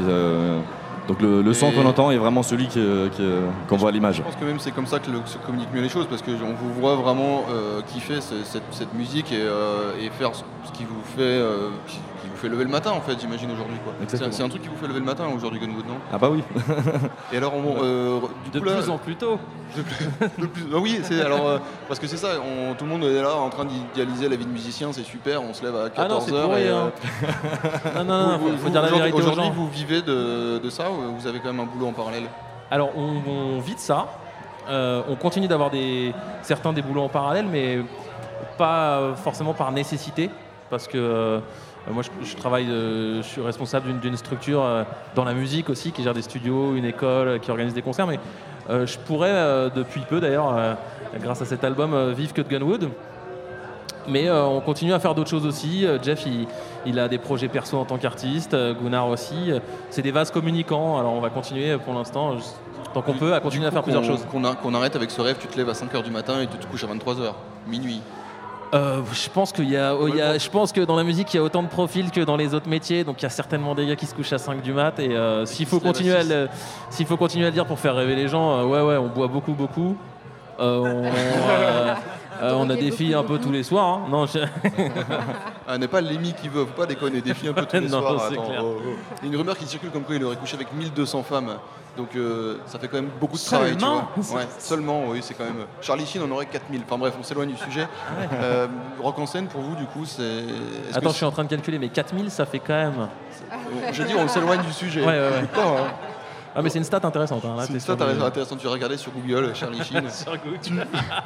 donc le son qu'on entend est vraiment celui qu'on voit à l'image. Je pense que même c'est comme ça que se communiquent mieux les choses, parce qu'on vous voit vraiment kiffer cette musique et faire ce qui vous fait lever le matin, en fait, j'imagine, aujourd'hui. C'est un truc qui vous fait lever le matin aujourd'hui, Gunwood, non? Ah bah oui. Et alors, de plus en plus tôt. Oui, parce que c'est ça, tout le monde est là en train d'idéaliser la vie de musicien, c'est super, on se lève à 14h. Ah non, c'est pour rien. Non, faut dire la vérité aux gens. Aujourd'hui, vous vivez de ça, ou vous avez quand même un boulot en parallèle? Alors, on vit de ça. On continue d'avoir certains des boulots en parallèle, mais pas forcément par nécessité, parce que moi je travaille, je suis responsable d'une structure dans la musique aussi, qui gère des studios, une école, qui organise des concerts, mais je pourrais depuis peu d'ailleurs, grâce à cet album, vivre que de Gunwood. Mais on continue à faire d'autres choses aussi. Jeff, il a des projets perso en tant qu'artiste, Gunnar aussi. C'est des vases communicants, alors on va continuer pour l'instant, tant qu'on peut, à continuer à faire plusieurs choses. Qu'on arrête avec ce rêve, tu te lèves à 5h du matin et tu te couches à 23h, minuit. Je pense je pense que dans la musique, il y a autant de profils que dans les autres métiers, donc il y a certainement des gars qui se couchent à 5 du mat, et s'il faut continuer à le dire pour faire rêver les gens, ouais, on boit beaucoup. On a des filles un peu tous les soirs. Hein. Non, n'est pas l'émi qui veut, faut pas déconner, des filles un peu tous les non, soirs. C'est clair. Il y a une rumeur qui circule comme quoi il aurait couché avec 1200 femmes. Donc ça fait quand même beaucoup de travail. Tu vois. Ouais, seulement, oui, c'est quand même. Charlie Sheen en aurait 4000. Enfin bref, on s'éloigne du sujet. Rock en scène, pour vous, du coup, c'est. Attends, je suis en train de calculer, mais 4000, ça fait quand même. J'ai dit, on s'éloigne du sujet. Ouais. Ah, mais c'est une stat intéressante. Hein. Là, c'est une stat intéressante. Tu vas regarder sur Google, Charlie Sheen. Sur Google.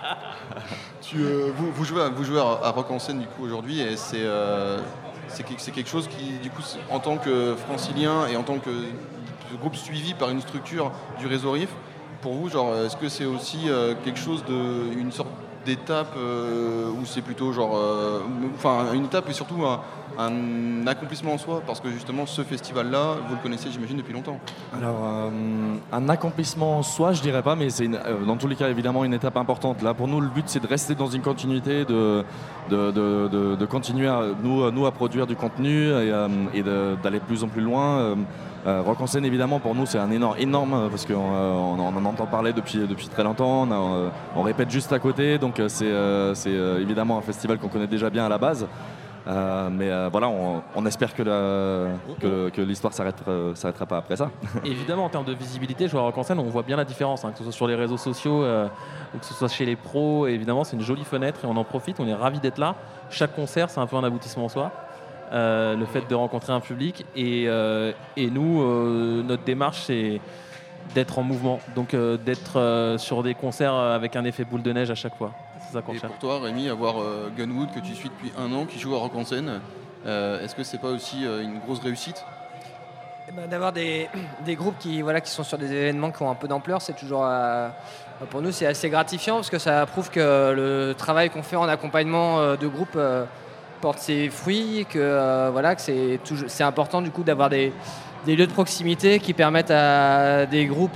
Vous jouez à Rock en scène, du coup, aujourd'hui, et c'est quelque chose qui, du coup, en tant que francilien et en tant que groupe suivi par une structure du réseau RIF, pour vous, genre, est-ce que c'est aussi quelque chose une sorte d'étape où c'est plutôt genre, une étape et surtout un accomplissement en soi, parce que justement ce festival-là, vous le connaissez, j'imagine, depuis longtemps. Alors, un accomplissement en soi, je dirais pas, mais c'est dans tous les cas évidemment une étape importante. Là, pour nous, le but, c'est de rester dans une continuité, de continuer à nous à produire du contenu et d'aller de plus en plus loin. Rock en scène, évidemment, pour nous, c'est un énorme parce qu'on en entend parler depuis très longtemps. On répète juste à côté, donc c'est évidemment un festival qu'on connaît déjà bien à la base. Mais voilà, on espère que l'histoire s'arrêtera pas après ça. Évidemment, en termes de visibilité, jouer à Rock en scène, on voit bien la différence, hein, que ce soit sur les réseaux sociaux ou que ce soit chez les pros. Et évidemment, c'est une jolie fenêtre et on en profite. On est ravis d'être là. Chaque concert, c'est un peu un aboutissement en soi. Le fait de rencontrer un public et nous, notre démarche, c'est d'être en mouvement, donc d'être sur des concerts avec un effet boule de neige à chaque fois. C'est ça qu'on cherche. Pour toi, Rémi, avoir Gunwood que tu suis depuis 1 an, qui joue à Rock en scène, est-ce que c'est pas aussi une grosse réussite? D'avoir des groupes qui sont sur des événements qui ont un peu d'ampleur, c'est toujours pour nous c'est assez gratifiant, parce que ça prouve que le travail qu'on fait en accompagnement de groupe porte ses fruits, que c'est important du coup d'avoir des lieux de proximité qui permettent à des groupes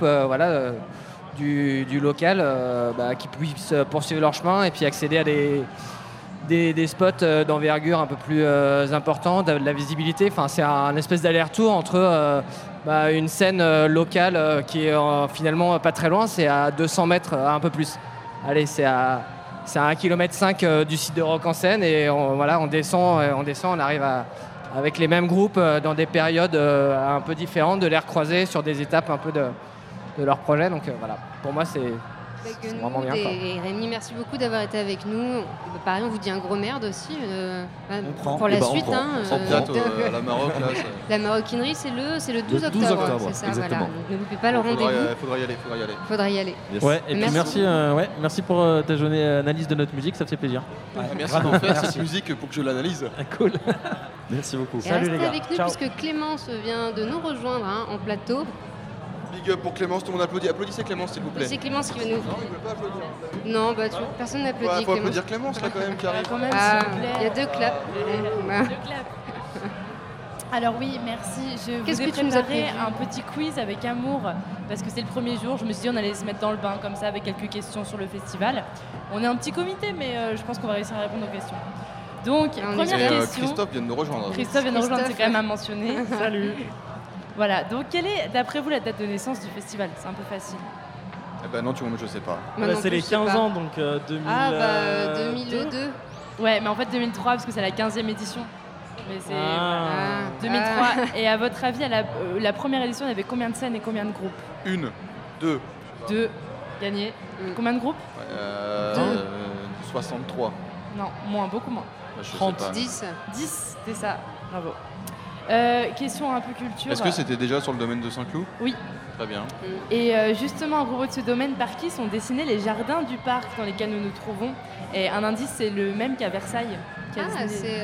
du local qui puissent poursuivre leur chemin et puis accéder à des spots d'envergure un peu plus importants, de la visibilité. Enfin, c'est un espèce d'aller-retour entre une scène locale qui est finalement pas très loin, c'est à 200 mètres, un peu plus. Allez, c'est à 1,5 km du site de Rock en scène, et on descend, on arrive avec les mêmes groupes dans des périodes un peu différentes, de les recroiser sur des étapes un peu de leur projet. Donc voilà, pour moi C'est vraiment bien, quoi. Et Rémi, merci beaucoup d'avoir été avec nous. Pareil, on vous dit un gros merde aussi prend. pour la suite. On prend bientôt à la Maroc. Là, la maroquinerie, c'est le 12 Le 12 octobre. octobre, C'est ça, exactement. voilà. Donc, ne loupez pas le rendez-vous. Faudra y aller. Yes. Ouais, et puis Merci. merci pour ta journée analyse de notre musique, ça te fait plaisir. Merci de faire cette musique pour que je l'analyse. Cool. Merci beaucoup. Et restez avec nous puisque Clémence vient de nous rejoindre en plateau. Big up pour Clémence, tout le monde applaudit. Applaudissez Clémence, s'il vous plaît. C'est Clémence qui va nous. Non, il ne veut pas applaudir. Non, personne n'applaudit. Il faut Clémence. applaudir Clémence là quand même qui arrive. Quand même, Ah, s'il vous plaît. il y a 2 claps. Voilà. 2 claps. Alors oui, merci. Je Qu'est-ce vous ai que tu nous as préparé prévu un petit quiz avec amour parce que c'est le premier jour. Je me suis dit on allait se mettre dans le bain comme ça avec quelques questions sur le festival. On est un petit comité, mais je pense qu'on va réussir à répondre aux questions. Donc, première question. Christophe vient de nous rejoindre. Christophe vient de nous rejoindre, c'est quand même à mentionner. Salut. Voilà, donc quelle est, d'après vous, la date de naissance du festival? C'est un peu facile. Eh ben non, tu vois, moi je sais pas. Moi non C'est plus, les je sais 15 pas. ans, donc 2000. Ah, 2002. Ouais, mais en fait 2003, parce que c'est la 15e édition. Mais c'est Ah. 2003. Et à votre avis, à la première édition, il y avait combien de scènes et combien de groupes? 1, 2. 2 gagnés. Combien de groupes? 63. Non, moins, beaucoup moins. Bah, je sais 30. pas. 10, c'était ça. Bravo. Question un peu culture. Est-ce que c'était déjà sur le domaine de Saint-Cloud? Oui. Très bien. Et justement, à propos de ce domaine, par qui sont dessinés les jardins du parc dans lesquels nous nous trouvons? Et un indice, c'est le même qu'à Versailles. Qui a Ah, dessiné-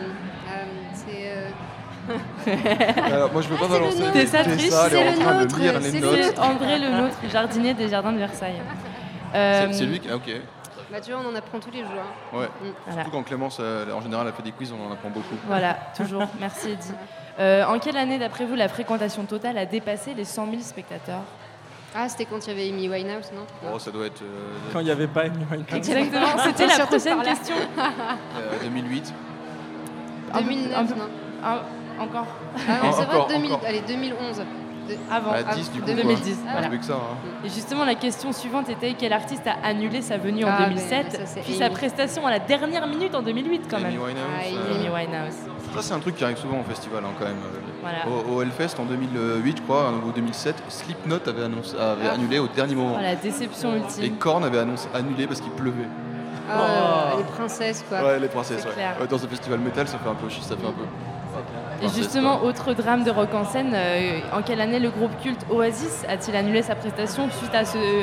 Alors, moi je veux pas c'est le balancer. nôtre. T'es ça, T'es triche? ça, elle est en C'est train le de lire nôtre, les c'est notes. C'est André Le Nôtre, jardinier des jardins de Versailles. C'est lui qui. Ah, ok. Bah, tu vois, on en apprend tous les jours. hein. Ouais. Voilà. Surtout quand Clémence, en général, elle fait des quiz, on en apprend beaucoup. Voilà, toujours. Merci Eddy. En quelle année, d'après vous, la fréquentation totale a dépassé les 100 000 spectateurs? Ah, c'était quand il y avait Amy Winehouse, non? Oh, ça doit être. Quand il n'y avait pas Amy Winehouse. Exactement, c'était la Surtout prochaine par là. question. 2008. 2009, non? Encore. Ah non, c'est vrai, Encore, 2000, encore. allez, 2011. Avant. Bah, 10 du coup. 2010, quoi. voilà. Plus que ça. Hein. Et justement, la question suivante était quel artiste a annulé sa venue en Ah, 2007, mais ça, c'est puis Amy. sa prestation à la dernière minute en 2008 quand Amy même. Winehouse. Ah, Amy Winehouse. Ça, c'est un truc qui arrive souvent au festival, hein, quand même. Voilà. Au Hellfest en 2008, je crois, ou 2007, Slipknot avait annulé au dernier moment. Oh, la déception Et ultime. Korn avait annulé parce qu'il pleuvait. Ah, les princesses, quoi. Ouais, les princesses, C'est ouais. clair. Ouais, dans ce festival métal, ça fait un peu chier, ça fait un peu. Et justement, autre drame de rock en scène, en quelle année le groupe culte Oasis a-t-il annulé sa prestation suite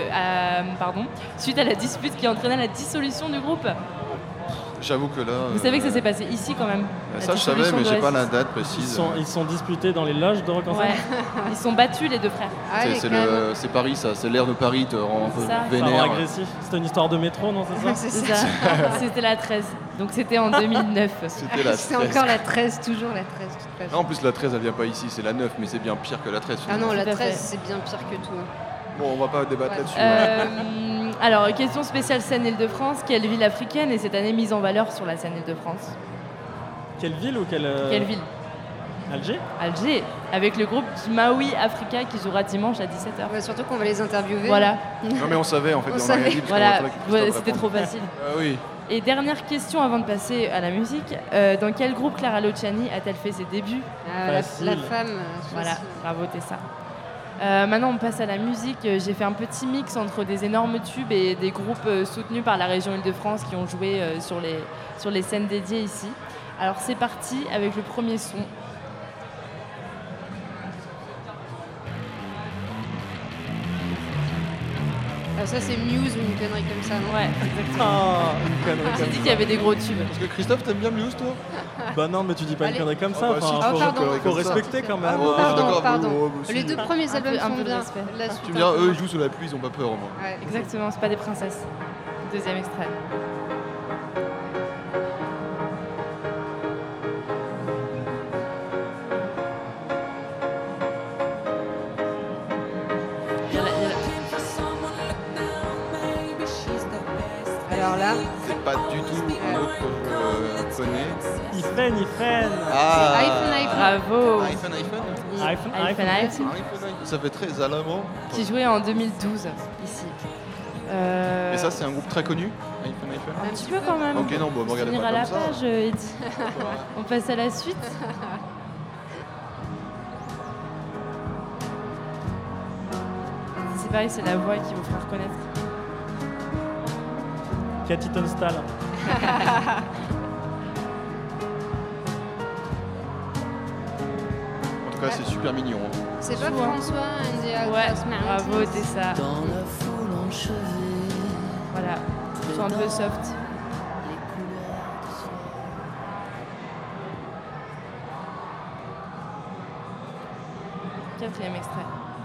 à la dispute qui entraîna la dissolution du groupe? J'avoue que là. Vous savez que ça s'est passé ici quand même. la Ça, je savais, dissolution mais j'ai pas d'Oasis. la date précise. Ils sont disputés dans les loges de rock en scène. Ouais, ils sont battus les deux frères. Ah, C'est Paris, ça. C'est l'air de Paris, te rend un peu Ça. vénère. Agressif. C'était une histoire de métro, non, c'est ça? C'est C'est ça. ça. C'était la 13. Donc c'était en 2009. C'était la C'est 13. encore la 13, toujours la 13, de toute façon. Non, en plus, la 13, elle vient pas ici, c'est la 9, mais c'est bien pire que la 13. Ah non, la Tout à 13, fait. c'est bien pire que tout. Bon, on va pas débattre Ouais. là-dessus. Alors, question spéciale scène Île-de-France. Quelle ville africaine est cette année mise en valeur sur la scène Île-de-France? Quelle ville ou quelle. Quelle ville? Alger. Alger, avec le groupe Maui Africa qui jouera dimanche à 17h. Ouais, surtout qu'on va les interviewer. Voilà. Non, mais on savait en fait, On on a savait. rien dit. parce qu'on Voilà, attendait que Christophe ouais, c'était réponde. trop facile. Ah oui. Et dernière question avant de passer à la musique. Dans quel groupe Clara Luciani a-t-elle fait ses débuts? La Facile. femme. Voilà, bravo Tessa. Maintenant, on passe à la musique. J'ai fait un petit mix entre des énormes tubes et des groupes soutenus par la région Île-de-France qui ont joué sur les scènes dédiées ici. Alors, c'est parti avec le premier son. Ah, ça, c'est Muse ou une connerie comme ça, non? Ouais, Ah, une connerie j'ai comme dit ça. qu'il y avait des gros tubes. Parce que Christophe, t'aimes bien Muse, toi? Bah non, mais tu dis pas Allez. une connerie comme ça. Ah bah si, enfin, je pense faut, une connerie faut comme ça. respecter quand même. Oh, Pardon, d'accord, pardon. bon, bah, si. Les deux premiers albums un sont peu de bien. respect. La suite, Tu me diras, un peu eux, moins. ils jouent sous la pluie, ils ont pas peur au moins. Ouais. Exactement, c'est pas des princesses. Deuxième extrait. Alors là, C'est pas du tout un autre que je connais. Ifen. Ah, Bravo. iPhone. iPhone. Ça fait très allemand. Qui jouait en 2012 ici. Et ça, c'est un groupe très connu, iPhone. Un petit peu quand même. Ok, non, bon, me regardez Finir pas à la comme ça. page, Eddy. On passe à la suite. C'est pareil, c'est la voix qui vous fera reconnaître. Cathy Tunstall. En tout cas, c'est super mignon. Hein. C'est pas François and the Outcast Mountains. Bravo, t'es ça. Dans la foule enchevée, Voilà, sont un peu soft. les couleurs du soir. Quatrième extrait.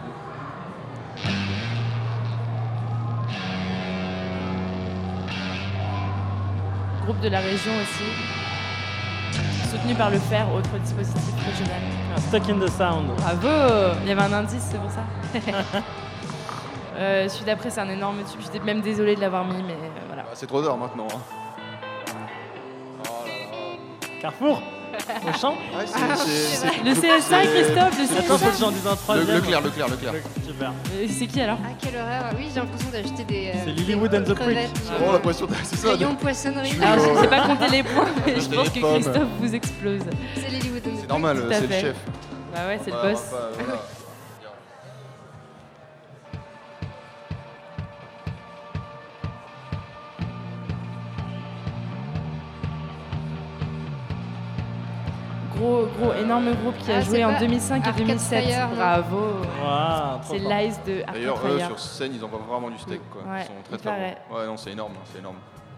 Groupe de la région aussi, soutenu par le FER, autre dispositif régional. Stuck in the Sound. Bravo. Il y avait un indice, c'est pour ça. Celui d'après, c'est un énorme tube. J'étais même désolée de l'avoir mis, mais voilà. C'est trop d'heures maintenant. Hein. Carrefour. Au champ. Ouais, Le CSA, Christophe, le Attends, faut que CSA. j'en dise un troisième. Leclerc. Super. C'est qui alors? À quelle horaire? Oui, j'ai l'impression d'acheter des. C'est Lilywood and the Prick. J'ai vraiment l'impression de... C'est ça. Rayon poissonnerie. Alors, je n'ai pas compté les points, mais je Acheter pense des que pommes. Christophe vous explose. C'est Lilywood and the Prick. C'est normal, Tout à c'est le fait. chef. Bah ouais, c'est le Ouais, boss. voilà. Énorme groupe qui a Ah, joué c'est en pas 2005 et Arcade 2007. Fire, non? Bravo. Wow, trop C'est fort. l'Ice de Arcade D'ailleurs, eux, Fire. sur scène, ils envoient vraiment du steak. Quoi. Ouais, Ils sont très il très paraît. bons. Ouais, non, c'est énorme. C'est énorme.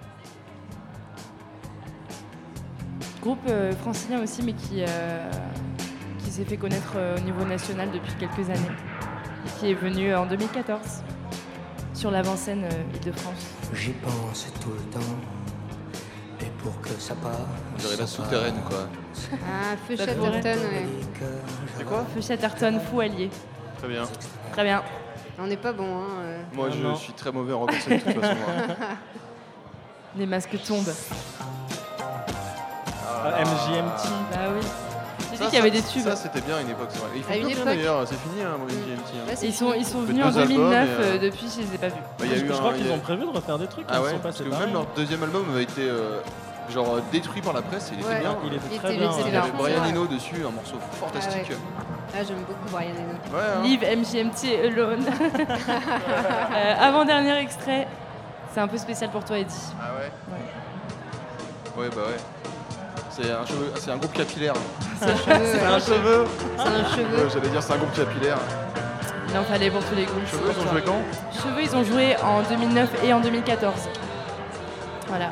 Groupe francilien aussi, mais qui s'est fait connaître au niveau national depuis quelques années. Et qui est venu en 2014 sur l'avant-scène Île-de-France. J'y pense tout le temps. Et pour que ça parte. On dirait la souterraine, quoi. Ah, Feu Chatterton, ouais. C'est quoi? Feu Chatterton, Fou Allié. Très bien. Très bien. On n'est pas bon, hein. Moi, je suis très mauvais en rock en scène, de toute façon. Moi. Les masques tombent. MJMT. Bah oui. J'ai dit qu'il y avait des tubes. Ça, c'était bien à une époque, c'est vrai. Ils font À une plus rien époque. d'ailleurs, c'est fini, hein, MJMT. Hein. Ouais, Ils sont Fait venus en 2 albums, 2009, et, depuis je les ai pas vus. Bah, il y a eu Je un- crois il y qu'ils a- ont prévu de refaire des trucs. Ah ils ouais, sont parce passés que par même là. leur deuxième album avait été genre détruit par la presse, et il était Ouais. bien. Il était Il très était- bien. c'était Il y avait bien. Brian Ouais. Eno dessus, un morceau fantastique. Ah, j'aime beaucoup Brian Eno. Ouais, hein. Live MJMT Alone. Avant-dernier extrait. C'est un peu spécial pour toi, Eddie. Ah ouais. Ouais, bah ouais. C'est un groupe capillaire. C'est un cheveu. C'est un cheveu. C'est un cheveu. Ouais, j'allais dire c'est un groupe capillaire. Il en fallait pour tous les groupes. Cheveux, ils ont joué quand? Cheveux, ils ont joué en 2009 et en 2014. Voilà.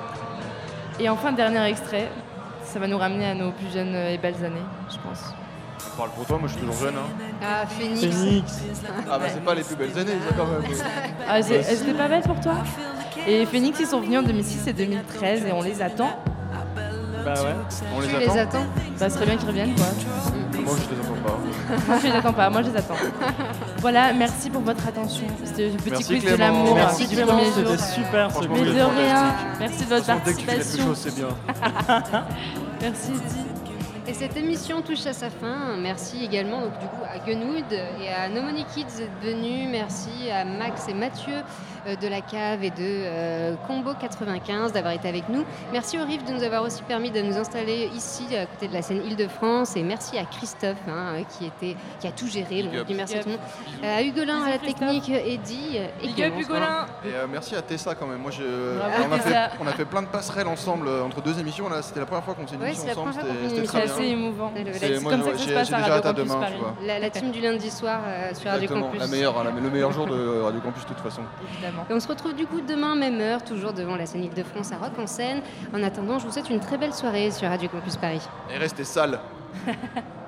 Et enfin, dernier extrait. Ça va nous ramener à nos plus jeunes et belles années, je pense. Parle pour toi, moi je suis toujours jeune. Hein. Ah, Phoenix. Ah bah c'est pas les plus belles années, ça quand même. Ah, c'était pas belle pour toi? Et Phoenix, ils sont venus en 2006 et 2013 et on les attend. Bah ouais. On Tu les les attend. attends? Bah, ce serait bien qu'ils reviennent, quoi. Moi je les attends pas. Moi, je les attends pas, moi, je les attends. Voilà, merci pour votre attention. C'était le petit Merci quiz de Clément. l'amour Merci du Clément, premier jour. c'était super ce Franchement, Mais quiz. de rien, fantastique. merci de votre De toute façon, dès que tu fais quelque participation. chose, c'est bien. Merci, Eddie. Et cette émission touche à sa fin. Merci également donc, du coup, à Gunwood et à No Money Kids d'être venus. Merci à Max et Mathieu de la cave et de Combo 95 d'avoir été avec nous. Merci au RIF de nous avoir aussi permis de nous installer ici à côté de la scène Île-de-France. Et merci à Christophe qui a tout géré. Big Donc, up. merci à Big tout le monde. À Hugolin à la Christophe. technique, Eddie. Big up, Hugolin. Et merci à Tessa quand même. Moi, Bravo, Tessa. on a fait plein de passerelles ensemble entre 2 émissions. Là, c'était la première fois qu'on faisait une Ouais, émission c'est la ensemble. première fois qu'on fait une C'était très C'est émission. bien. assez émouvant. C'est Moi, comme ça que ça se j'ai passe à déjà Radio hâte à Campus demain, Paris. tu vois. La team du lundi soir sur Radio Exactement. Campus. La meilleure, le meilleur jour de Radio Campus de toute façon. Évidemment. Et on se retrouve du coup demain, même heure, toujours devant la scène Île-de-France à Rock en Seine. En attendant, je vous souhaite une très belle soirée sur Radio Campus Paris. Et restez sales.